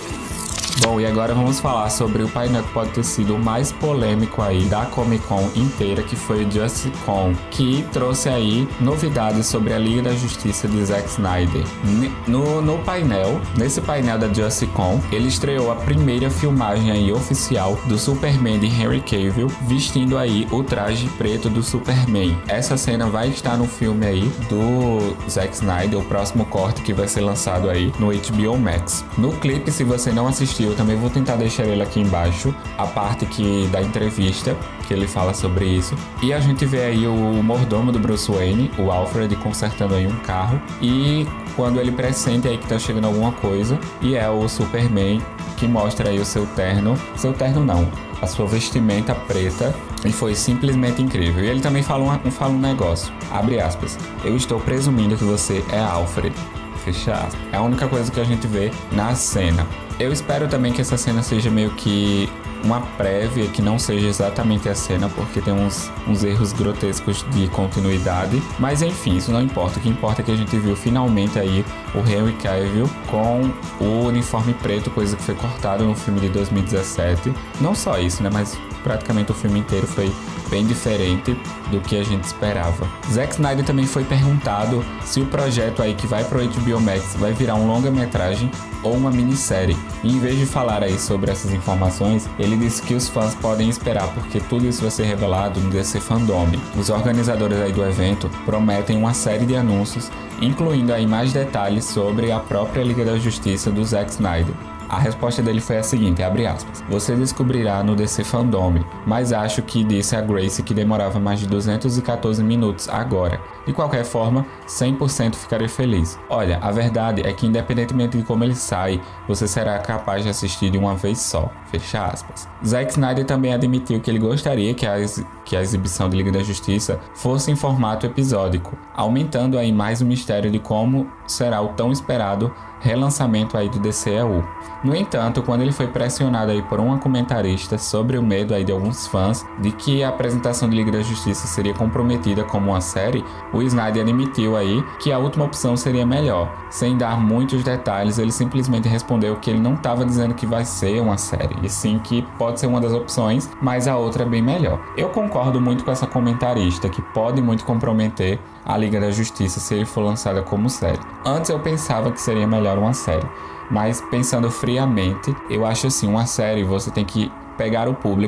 Bom, e agora vamos falar sobre o painel que pode ter sido o mais polêmico aí da Comic Con inteira, que foi o JusticeCon, que trouxe aí novidades sobre a Liga da Justiça de Zack Snyder. No, no painel, nesse painel da JusticeCon, ele estreou a primeira filmagem aí oficial do Superman de Henry Cavill, vestindo aí o traje preto do Superman. Essa cena vai estar no filme aí do Zack Snyder, o próximo corte que vai ser lançado aí no H B O Max. No clipe, se você não assistiu, eu também vou tentar deixar ele aqui embaixo, a parte que da entrevista, que ele fala sobre isso. E a gente vê aí o mordomo do Bruce Wayne, o Alfred, consertando aí um carro. E quando ele pressente aí que tá chegando alguma coisa, e é o Superman que mostra aí o seu terno. Seu terno não, a sua vestimenta preta. E foi simplesmente incrível. E ele também fala um, fala um negócio, abre aspas, eu estou presumindo que você é Alfred. Fecha. É a única coisa que a gente vê na cena. Eu espero também que essa cena seja meio que uma prévia, que não seja exatamente a cena, porque tem uns, uns erros grotescos de continuidade. Mas enfim, isso não importa. O que importa é que a gente viu finalmente aí o Henry Cavill com o uniforme preto, coisa que foi cortada no filme de dois mil e dezessete. Não só isso, né? Mas praticamente o filme inteiro foi bem diferente do que a gente esperava. Zack Snyder também foi perguntado se o projeto aí que vai pro H B O Max vai virar um longa-metragem ou uma minissérie. E em vez de falar aí sobre essas informações, ele disse que os fãs podem esperar, porque tudo isso vai ser revelado no D C Fandom. Os organizadores aí do evento prometem uma série de anúncios, incluindo aí mais detalhes sobre a própria Liga da Justiça do Zack Snyder. A resposta dele foi a seguinte, abre aspas, você descobrirá no D C Fandom, mas acho que disse a Grace que demorava mais de duzentos e quatorze minutos agora. De qualquer forma, cem por cento ficarei feliz. Olha, a verdade é que independentemente de como ele sai, você será capaz de assistir de uma vez só. Fecha aspas. Zack Snyder também admitiu que ele gostaria que a, que a exibição de Liga da Justiça fosse em formato episódico, aumentando aí mais o mistério de como será o tão esperado relançamento aí do D C E U. No entanto, quando ele foi pressionado aí por uma comentarista sobre o medo aí de alguns fãs de que a apresentação de Liga da Justiça seria comprometida como uma série, o Snyder admitiu aí que a última opção seria melhor. Sem dar muitos detalhes, ele simplesmente respondeu que ele não estava dizendo que vai ser uma série, e sim que pode ser uma das opções, mas a outra é bem melhor. Eu concordo muito com essa comentarista, que pode muito comprometer a Liga da Justiça se ele for lançada como série. Antes eu pensava que seria melhor uma série, mas pensando friamente, eu acho assim, uma série você tem que pegar o público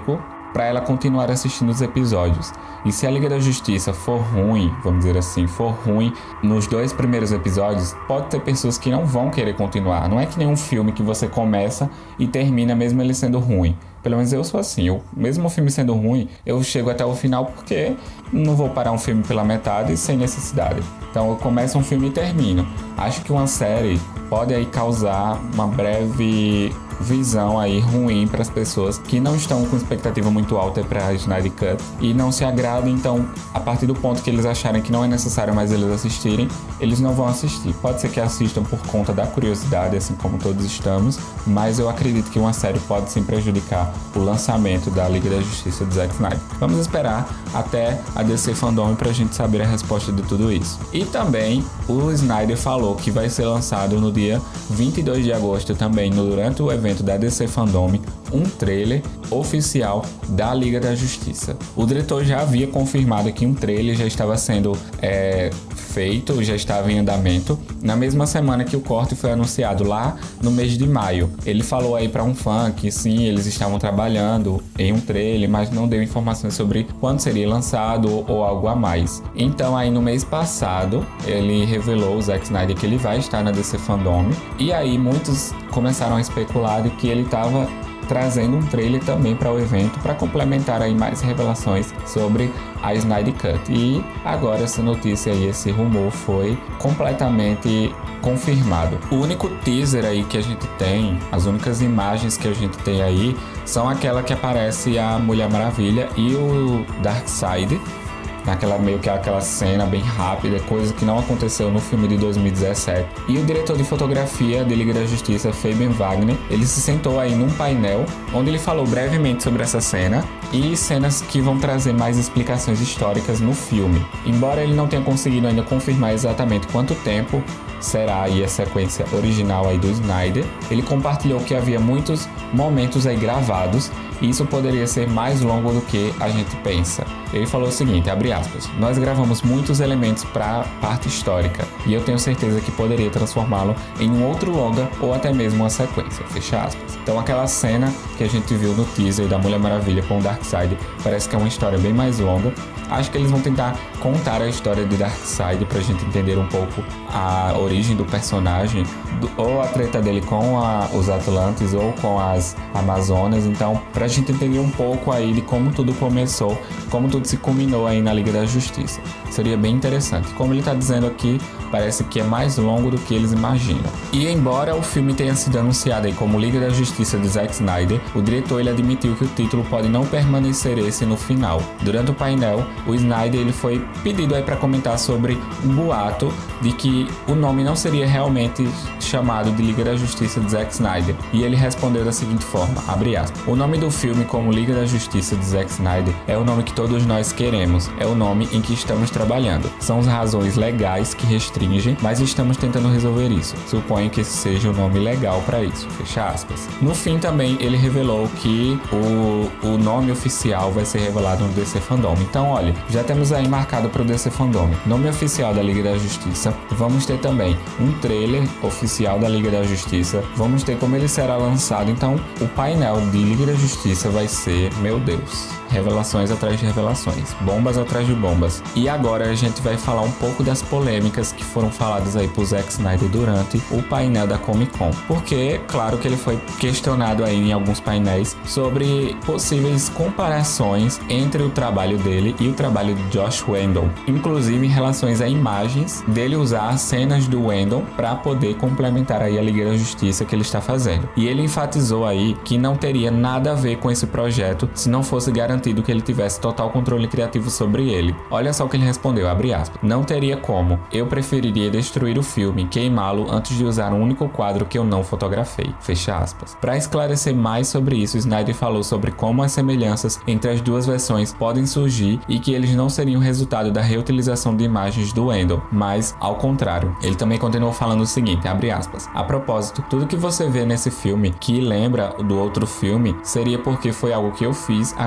para ela continuar assistindo os episódios. E se a Liga da Justiça for ruim, vamos dizer assim, for ruim nos dois primeiros episódios, pode ter pessoas que não vão querer continuar. Não é que nem um filme que você começa e termina mesmo ele sendo ruim. Pelo menos eu sou assim, eu, mesmo o filme sendo ruim, eu chego até o final porque não vou parar um filme pela metade sem necessidade. Então eu começo um filme e termino. Acho que uma série pode aí causar uma breve visão aí ruim para as pessoas que não estão com expectativa muito alta para a Snyder Cut e não se agradam. Então, a partir do ponto que eles acharem que não é necessário mais eles assistirem, eles não vão assistir. Pode ser que assistam por conta da curiosidade, assim como todos estamos, mas eu acredito que uma série pode sim prejudicar o lançamento da Liga da Justiça de Zack Snyder. Vamos esperar até a D C Fandom para a gente saber a resposta de tudo isso. E também o Snyder falou que vai ser lançado no dia vinte e dois de agosto também, durante o evento da D C Fandom, um trailer oficial da Liga da Justiça. O diretor já havia confirmado que um trailer já estava sendo é, feito, já estava em andamento, na mesma semana que o corte foi anunciado lá no mês de maio. Ele falou aí para um fã que sim, eles estavam trabalhando em um trailer, mas não deu informações sobre quando seria lançado ou algo a mais. Então aí no mês passado, ele revelou, o Zack Snyder, que ele vai estar na D C Fandom, e aí muitos começaram a especular de que ele estava trazendo um trailer também para o evento para complementar aí mais revelações sobre a Snyder Cut. E agora essa notícia aí, esse rumor foi completamente confirmado. O único teaser aí que a gente tem, as únicas imagens que a gente tem aí são aquela que aparece a Mulher Maravilha e o Darkseid, naquela meio que aquela cena bem rápida, coisa que não aconteceu no filme de dois mil e dezessete. E o diretor de fotografia de Liga da Justiça, Fabian Wagner, ele se sentou aí num painel onde ele falou brevemente sobre essa cena e cenas que vão trazer mais explicações históricas no filme. Embora ele não tenha conseguido ainda confirmar exatamente quanto tempo será aí a sequência original aí do Snyder, ele compartilhou que havia muitos momentos aí gravados e isso poderia ser mais longo do que a gente pensa. Ele falou o seguinte, abre aspas, nós gravamos muitos elementos para a parte histórica e eu tenho certeza que poderia transformá-lo em um outro longa ou até mesmo uma sequência, fecha aspas. Então aquela cena que a gente viu no teaser da Mulher Maravilha com o Darkseid parece que é uma história bem mais longa. Acho que eles vão tentar contar a história de Darkseid pra gente entender um pouco a origem do personagem, do, ou a treta dele com a, os Atlantes ou com as Amazonas. Então, pra gente entender um pouco aí de como tudo começou, como tudo se culminou aí na Liga da Justiça. Seria bem interessante. Como ele tá dizendo aqui, parece que é mais longo do que eles imaginam. E embora o filme tenha sido anunciado aí como Liga da Justiça de Zack Snyder, o diretor ele admitiu que o título pode não permanecer esse no final. Durante o painel, o Snyder ele foi pedido aí para comentar sobre um boato de que o nome não seria realmente chamado de Liga da Justiça de Zack Snyder. E ele respondeu da seguinte forma, abre aspas, o nome do filme como Liga da Justiça de Zack Snyder é o nome que todos nós queremos, é o nome em que estamos trabalhando. São as razões legais que restringem, mas estamos tentando resolver isso. Suponho que esse seja o nome legal para isso, fecha aspas. No fim também ele revelou que o, o nome oficial vai ser revelado no D C Fandom. Então olha, já temos aí marcado para o D C Fandom nome oficial da Liga da Justiça, vamos ter também um trailer oficial da Liga da Justiça, vamos ter como ele será lançado. Então o painel de Liga da Justiça vai ser, meu Deus, revelações atrás de revelações, bombas atrás de bombas. E agora a gente vai falar um pouco das polêmicas que foram faladas aí por Zack Snyder durante o painel da Comic Con, porque claro que ele foi questionado aí em alguns painéis sobre possíveis comparações entre o trabalho dele e o trabalho de Joss Whedon, inclusive em relação a imagens dele usar cenas do Whedon para poder complementar aí a Liga da Justiça que ele está fazendo. E ele enfatizou aí que não teria nada a ver com esse projeto se não fosse garantido que ele tivesse total controle criativo sobre ele. Olha só o que ele respondeu, abre aspas, não teria como, eu preferiria destruir o filme, queimá-lo antes de usar um único quadro que eu não fotografei, fecha aspas. Para esclarecer mais sobre isso, Snyder falou sobre como as semelhanças entre as duas versões podem surgir e que eles não seriam resultado da reutilização de imagens do Whedon, mas ao contrário. Ele também continuou falando o seguinte, abre aspas, a propósito, tudo que você vê nesse filme que lembra do outro filme seria porque foi algo que eu fiz, agora foi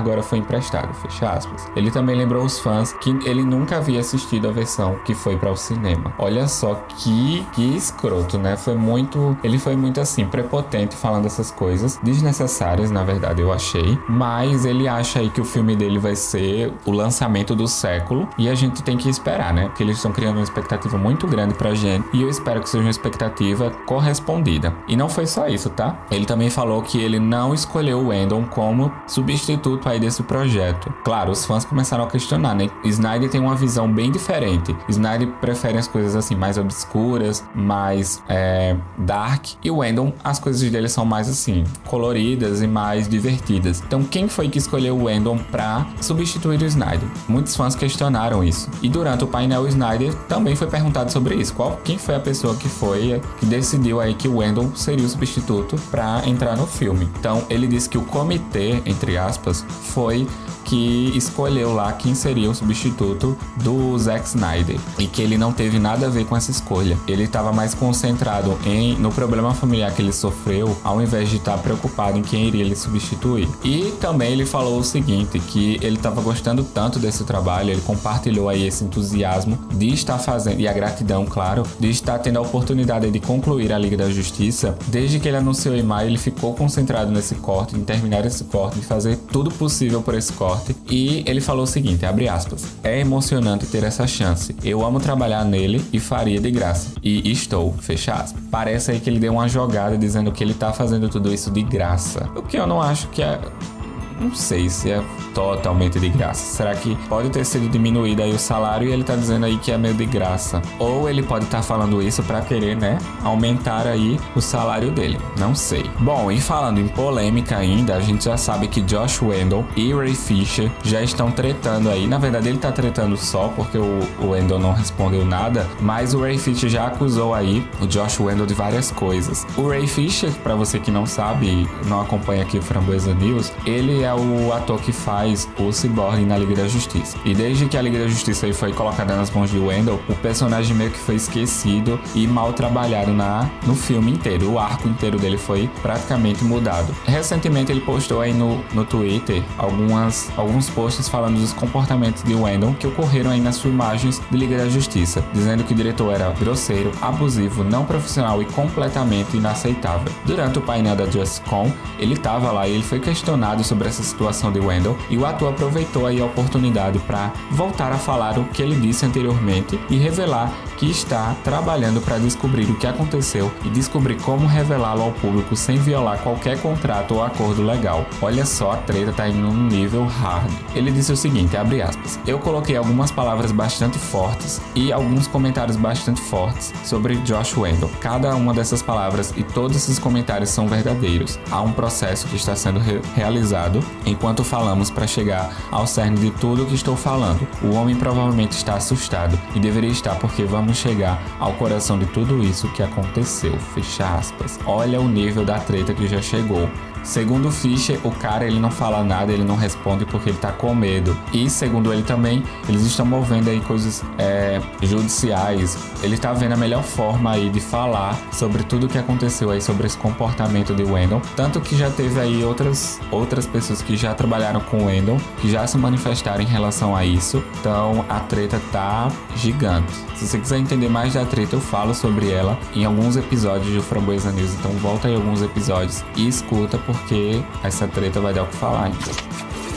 emprestado, fecha aspas. Ele também lembrou os fãs que ele nunca havia assistido a versão que foi para o cinema. Olha só que, que escroto, né? Foi muito... Ele foi muito assim, prepotente falando essas coisas, desnecessárias, na verdade, eu achei. Mas ele acha aí que o filme dele vai ser o lançamento do século e a gente tem que esperar, né? Porque eles estão criando uma expectativa muito grande pra gente e eu espero que seja uma expectativa correspondida. E não foi só isso, tá? Ele também falou que ele não escolheu o Whedon como substituto aí desse projeto. Claro, os fãs começaram a questionar, né? Snyder tem uma visão bem diferente. Snyder prefere as coisas assim mais obscuras, mais é, dark, e o Whedon, as coisas dele são mais assim, coloridas e mais divertidas. Então quem foi que escolheu o Whedon pra substituir o Snyder? Muitos fãs questionaram isso. E durante o painel, o Snyder também foi perguntado sobre isso. Qual, quem foi a pessoa que foi que decidiu aí que o Whedon seria o substituto para entrar no filme? Então ele disse que o comitê, entre aspas, foi que escolheu lá quem seria o substituto do Zack Snyder e que ele não teve nada a ver com essa escolha. Ele estava mais concentrado em, no problema familiar que ele sofreu, ao invés de estar preocupado em quem iria ele substituir. E também ele falou o seguinte, que ele estava gostando tanto desse trabalho, ele compartilhou aí esse entusiasmo de estar fazendo, e a gratidão, claro, de estar tendo a oportunidade de concluir a Liga da Justiça. Desde que ele anunciou em maio, ele ficou concentrado nesse corte, em terminar esse corte, de fazer tudo possível por esse corte. E ele falou o seguinte, abre aspas, é emocionante ter essa chance. Eu amo trabalhar nele e faria de graça. E estou, fecha aspas. Parece aí que ele deu uma jogada dizendo que ele tá fazendo tudo isso de graça. O que eu não acho que é... Não sei se é totalmente de graça. Será que pode ter sido diminuído aí o salário e ele tá dizendo aí que é meio de graça? Ou ele pode estar tá falando isso pra querer, né, aumentar aí o salário dele. Não sei. Bom, e falando em polêmica ainda, a gente já sabe que Josh Whedon e Ray Fisher já estão tretando aí. Na verdade, ele tá tretando só porque o, o Whedon não respondeu nada, mas o Ray Fisher já acusou aí o Josh Whedon de várias coisas. O Ray Fisher, pra você que não sabe, não acompanha aqui o Framboesa News, ele é o ator que faz o Cyborg na Liga da Justiça. E desde que a Liga da Justiça aí foi colocada nas mãos de Whedon, o personagem meio que foi esquecido e mal trabalhado na, no filme inteiro. O arco inteiro dele foi praticamente mudado. Recentemente ele postou aí no, no Twitter algumas, alguns posts falando dos comportamentos de Whedon que ocorreram aí nas filmagens de Liga da Justiça, dizendo que o diretor era grosseiro, abusivo, não profissional e completamente inaceitável. Durante o painel da JustCon, ele estava lá e ele foi questionado sobre essa situação de Whedon e o ator aproveitou aí a oportunidade para voltar a falar o que ele disse anteriormente e revelar que está trabalhando para descobrir o que aconteceu e descobrir como revelá-lo ao público sem violar qualquer contrato ou acordo legal. Olha só, a treta tá indo num nível hard. Ele disse o seguinte, abre aspas, eu coloquei algumas palavras bastante fortes e alguns comentários bastante fortes sobre Josh Whedon. Cada uma dessas palavras e todos esses comentários são verdadeiros. Há um processo que está sendo re- realizado enquanto falamos para chegar ao cerne de tudo o que estou falando. O homem provavelmente está assustado e deveria estar porque vamos chegar ao coração de tudo isso que aconteceu. Fecha aspas. Olha o nível da treta que já chegou. Segundo o Fisher, o cara ele não fala nada, ele não responde porque ele tá com medo. E segundo ele também, eles estão movendo aí coisas é, judiciais. Ele tá vendo a melhor forma aí de falar sobre tudo o que aconteceu aí, sobre esse comportamento de Whedon. Tanto que já teve aí outras, outras pessoas que já trabalharam com Whedon, que já se manifestaram em relação a isso. Então a treta tá gigante. Se você quiser entender mais da treta, eu falo sobre ela em alguns episódios do Framboesa News. Então volta aí alguns episódios e escuta, porque essa treta vai dar o que falar ainda.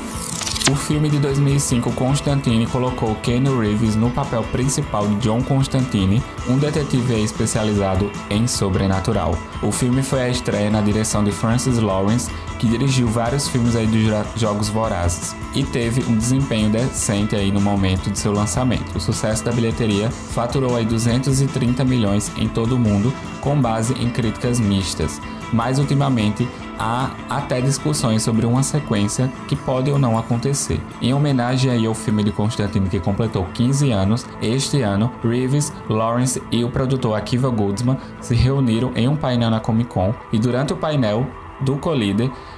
O filme de dois mil e cinco, Constantine, colocou Keanu Reeves no papel principal de John Constantine, um detetive especializado em sobrenatural. O filme foi a estreia na direção de Francis Lawrence, que dirigiu vários filmes aí dos Jogos Vorazes, e teve um desempenho decente aí no momento de seu lançamento. O sucesso da bilheteria faturou aí duzentos e trinta milhões em todo o mundo, com base em críticas mistas. Mas ultimamente há até discussões sobre uma sequência que pode ou não acontecer. Em homenagem aí ao filme de Constantine, que completou quinze anos, este ano, Reeves, Lawrence e o produtor Akiva Goldsman se reuniram em um painel na Comic Con, e durante o painel do Collider,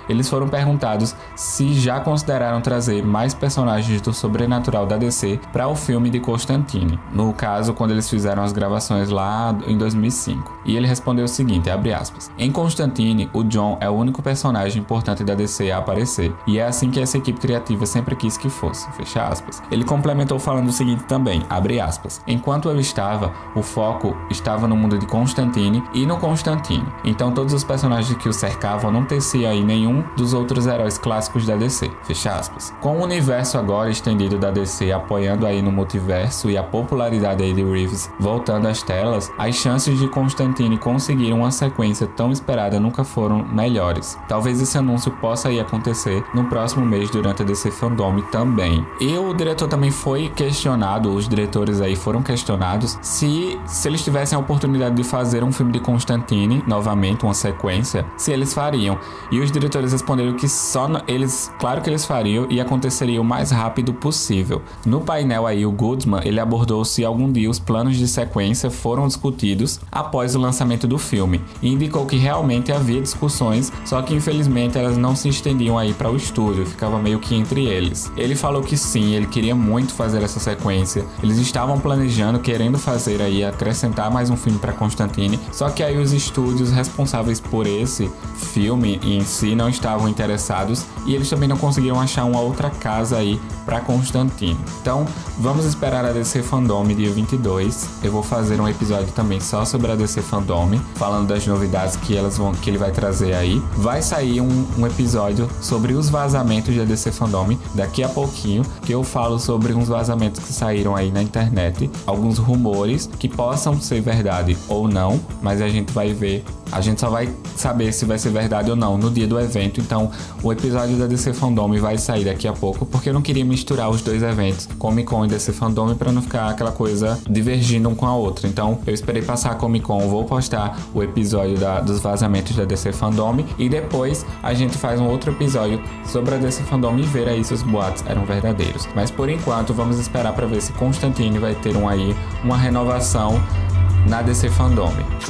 eles foram perguntados se já consideraram trazer mais personagens do sobrenatural da D C para o filme de Constantine, no caso quando eles fizeram as gravações lá em dois mil e cinco. E ele respondeu o seguinte, abre aspas, em Constantine, o John é o único personagem importante da D C a aparecer, e é assim que essa equipe criativa sempre quis que fosse, fecha aspas. Ele complementou falando o seguinte também, abre aspas, enquanto eu estava, o foco estava no mundo de Constantine e no Constantine, então todos os personagens que o cercavam não teciam aí nenhum dos outros heróis clássicos da D C, fecha aspas. Com o universo agora estendido da D C apoiando aí no multiverso e a popularidade aí de Reeves voltando às telas, as chances de Constantine conseguir uma sequência tão esperada nunca foram melhores. Talvez esse anúncio possa aí acontecer no próximo mês durante a D C Fandom também. E o diretor também foi questionado, os diretores aí foram questionados se, se eles tivessem a oportunidade de fazer um filme de Constantine, novamente uma sequência, se eles fariam. E os diretores responderam que só eles, claro que eles fariam e aconteceria o mais rápido possível. No painel aí o Goodman, ele abordou se algum dia os planos de sequência foram discutidos após o lançamento do filme e indicou que realmente havia discussões, só que infelizmente elas não se estendiam aí para o estúdio, ficava meio que entre eles. Ele falou que sim, ele queria muito fazer essa sequência, eles estavam planejando, querendo fazer aí, acrescentar mais um filme para Constantine, só que aí os estúdios responsáveis por esse filme em si não estavam interessados e eles também não conseguiram achar uma outra casa aí para Constantine. Então vamos esperar a D C Fandom dia vinte e dois, eu vou fazer um episódio também só sobre a D C Fandom, falando das novidades que, elas vão, que ele vai trazer aí. Vai sair um, um episódio sobre os vazamentos da D C Fandom daqui a pouquinho, que eu falo sobre uns vazamentos que saíram aí na internet, alguns rumores que possam ser verdade ou não, mas a gente vai ver, a gente só vai saber se vai ser verdade ou não no dia do evento. Então o episódio da D C Fandom vai sair daqui a pouco, porque eu não queria misturar os dois eventos, Comic Con e D C Fandom, para não ficar aquela coisa divergindo um com a outra. Então eu esperei passar a Comic Con, vou postar o episódio da, dos vazamentos da D C Fandom e depois a gente faz um outro episódio sobre a D C Fandom e ver aí se os boatos eram verdadeiros. Mas por enquanto vamos esperar para ver se Constantine vai ter um aí uma renovação na D C Fandom.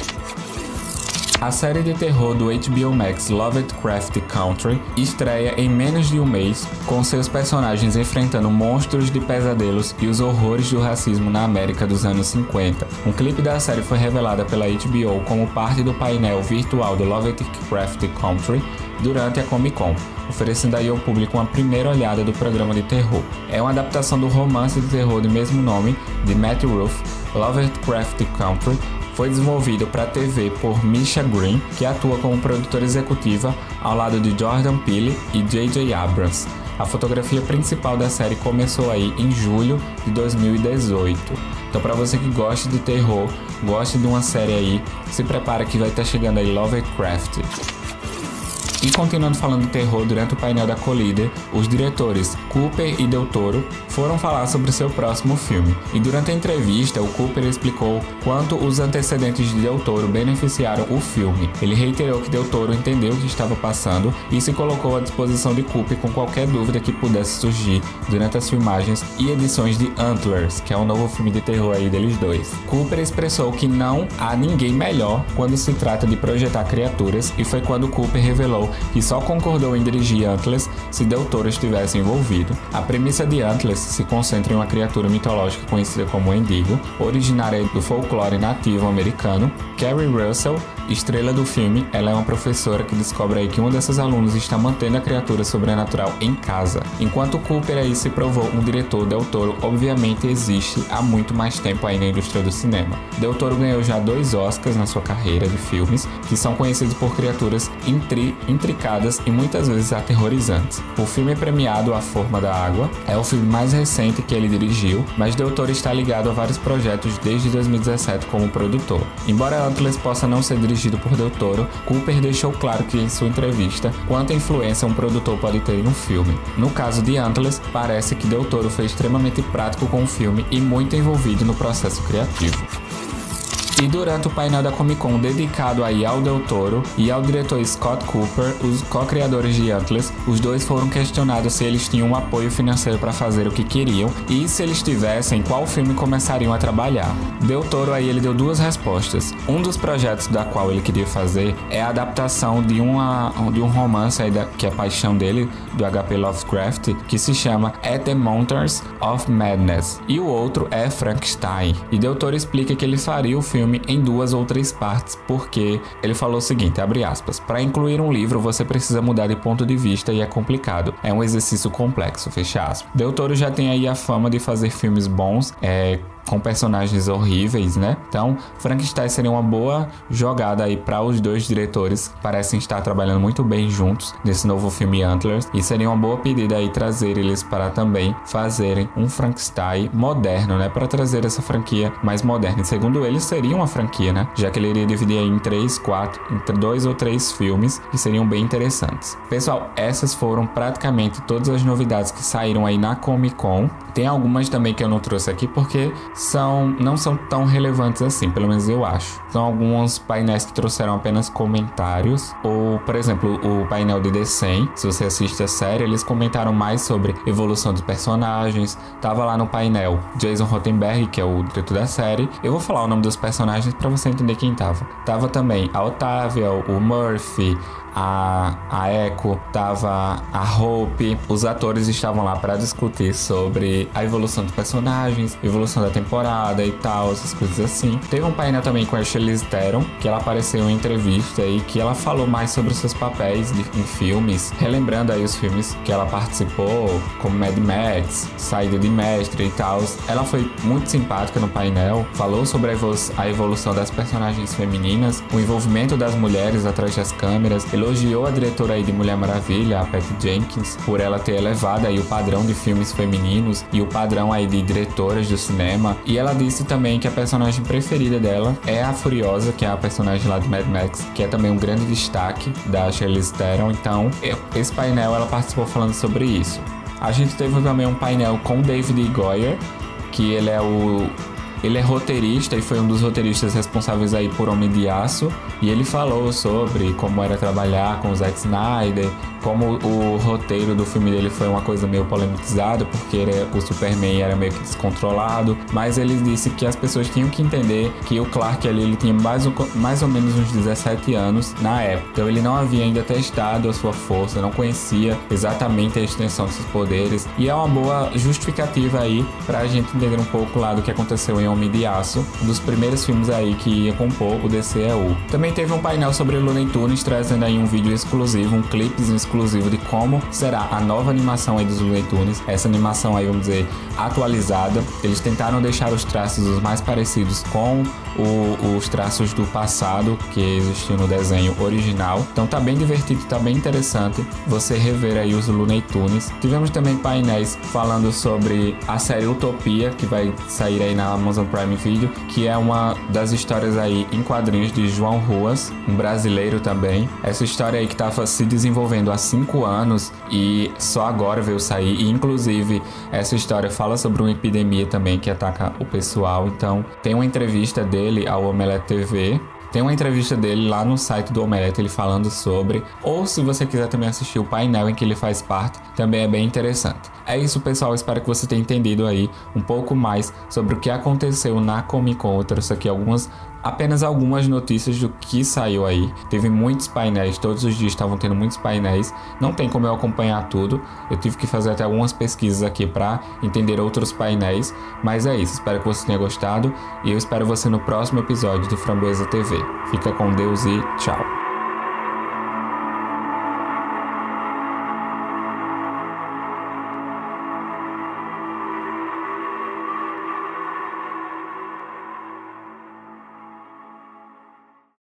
A série de terror do H B O Max Lovecraft Country estreia em menos de um mês, com seus personagens enfrentando monstros de pesadelos e os horrores do racismo na América dos anos cinquenta. Um clipe da série foi revelado pela H B O como parte do painel virtual do Lovecraft Country durante a Comic Con, oferecendo aí ao público uma primeira olhada do programa de terror. É uma adaptação do romance de terror de mesmo nome, de Matt Ruff. Lovecraft Country foi desenvolvido para a T V por Misha Green, que atua como produtora executiva ao lado de Jordan Peele e J J Abrams. A fotografia principal da série começou aí em julho de dois mil e dezoito. Então, para você que gosta de terror, gosta de uma série aí, se prepara que vai estar chegando aí Lovecraft. E continuando falando de terror, durante o painel da Collider, os diretores Cooper e Del Toro foram falar sobre seu próximo filme. E durante a entrevista, o Cooper explicou quanto os antecedentes de Del Toro beneficiaram o filme. Ele reiterou que Del Toro entendeu o que estava passando e se colocou à disposição de Cooper com qualquer dúvida que pudesse surgir durante as filmagens e edições de Antlers, que é um novo filme de terror aí deles dois. Cooper expressou que não há ninguém melhor quando se trata de projetar criaturas, e foi quando Cooper revelou que só concordou em dirigir Antlers se Del Toro estivesse envolvido. A premissa de Antlers se concentra em uma criatura mitológica conhecida como Wendigo, originária do folclore nativo americano. Kerry Russell, estrela do filme, ela é uma professora que descobre aí que um desses alunos está mantendo a criatura sobrenatural em casa. Enquanto Cooper aí se provou um diretor, Del Toro obviamente existe há muito mais tempo aí na indústria do cinema. Del Toro ganhou já dois Oscars na sua carreira de filmes, que são conhecidos por criaturas intri intricadas e muitas vezes aterrorizantes. O filme premiado A Forma da Água é o filme mais recente que ele dirigiu, mas Del Toro está ligado a vários projetos desde dois mil e dezessete como produtor. Embora Antlers possa não ser dirigido por Del Toro, Cooper deixou claro que em sua entrevista quanta influência um produtor pode ter em um filme. No caso de Antlers, parece que Del Toro foi extremamente prático com o filme e muito envolvido no processo criativo. E durante o painel da Comic Con dedicado aí ao Del Toro e ao diretor Scott Cooper, os co-criadores de Antlers, os dois foram questionados se eles tinham um apoio financeiro para fazer o que queriam e se eles tivessem, qual filme começariam a trabalhar. Del Toro aí ele deu duas respostas. Um dos projetos da qual ele queria fazer é a adaptação de, uma, de um romance aí da, que é a paixão dele, do H P Lovecraft, que se chama At the Mountains of Madness. E o outro é Frankenstein. E Del Toro explica que ele faria o filme em duas ou três partes, porque ele falou o seguinte, abre aspas, para incluir um livro você precisa mudar de ponto de vista e é complicado, é um exercício complexo, fecha aspas. Del Toro já tem aí a fama de fazer filmes bons, é... com personagens horríveis, né? Então, Frankenstein seria uma boa jogada aí para os dois diretores que parecem estar trabalhando muito bem juntos nesse novo filme Antlers, e seria uma boa pedida aí trazer eles para também fazerem um Frankenstein moderno, né? Para trazer essa franquia mais moderna. E segundo eles, seria uma franquia, né? Já que ele iria dividir aí em três, quatro, entre dois ou três filmes que seriam bem interessantes. Pessoal, essas foram praticamente todas as novidades que saíram aí na Comic Con. Tem algumas também que eu não trouxe aqui porque São, não são tão relevantes assim, pelo menos eu acho. São alguns painéis que trouxeram apenas comentários, ou, por exemplo, o painel de The cem, se você assiste a série, eles comentaram mais sobre evolução dos personagens. Tava lá no painel Jason Rothenberg, que é o diretor da série. Eu vou falar o nome dos personagens para você entender quem tava. Tava também a Otávia, o Murphy, a, a Echo, tava a Hope. Os atores estavam lá para discutir sobre a evolução dos personagens, evolução da temporada e tal, essas coisas assim. Teve um painel também com a Charlize Theron, que ela apareceu em entrevista e que ela falou mais sobre os seus papéis de, em filmes, relembrando aí os filmes que ela participou, como Mad Max, Saída de Mestre e tal. Ela foi muito simpática no painel, falou sobre a, evolu a evolução das personagens femininas, o envolvimento das mulheres atrás das câmeras, elogiou a diretora aí de Mulher Maravilha, a Patty Jenkins, por ela ter elevado aí o padrão de filmes femininos e o padrão aí de diretoras do cinema. E ela disse também que a personagem preferida dela é a Furiosa, que é a personagem lá de Mad Max, que é também um grande destaque da Charlize Theron. Então, esse painel ela participou falando sobre isso. A gente teve também um painel com David Goyer, que ele é o Ele é roteirista e foi um dos roteiristas responsáveis aí por Homem de Aço, e ele falou sobre como era trabalhar com o Zack Snyder, como o roteiro do filme dele foi uma coisa meio polemizada, porque ele, o Superman era meio que descontrolado, mas ele disse que as pessoas tinham que entender que o Clark ali ele tinha mais, mais ou menos uns dezessete anos na época, então ele não havia ainda testado a sua força, não conhecia exatamente a extensão dos seus poderes, e é uma boa justificativa aí pra gente entender um pouco lá do que aconteceu em Homem de Aço, um dos primeiros filmes aí que ia compor o D C E U. Também teve um painel sobre Looney Tunes, trazendo aí um vídeo exclusivo, um clipezinho exclusivo de como será a nova animação aí dos Looney Tunes, essa animação aí, vamos dizer, atualizada. Eles tentaram deixar os traços os mais parecidos com o, os traços do passado que existiu no desenho original. Então tá bem divertido, tá bem interessante você rever aí os Looney Tunes. Tivemos também painéis falando sobre a série Utopia, que vai sair aí na Amazon Prime Video, que é uma das histórias aí em quadrinhos de João Ruas, um brasileiro também. Essa história aí que estava se desenvolvendo há cinco anos e só agora veio sair, e inclusive essa história fala sobre uma epidemia também que ataca o pessoal. Então tem uma entrevista dele ao Omelete T V, tem uma entrevista dele lá no site do Omelete, ele falando sobre, ou se você quiser também assistir o painel em que ele faz parte, também é bem interessante. É isso, pessoal, espero que você tenha entendido aí um pouco mais sobre o que aconteceu na Comic Con. Eu trouxe aqui algumas, apenas algumas notícias do que saiu aí. Teve muitos painéis, todos os dias estavam tendo muitos painéis, não tem como eu acompanhar tudo, eu tive que fazer até algumas pesquisas aqui para entender outros painéis, mas é isso, espero que você tenha gostado e eu espero você no próximo episódio do Framboesa T V. Fica com Deus e tchau!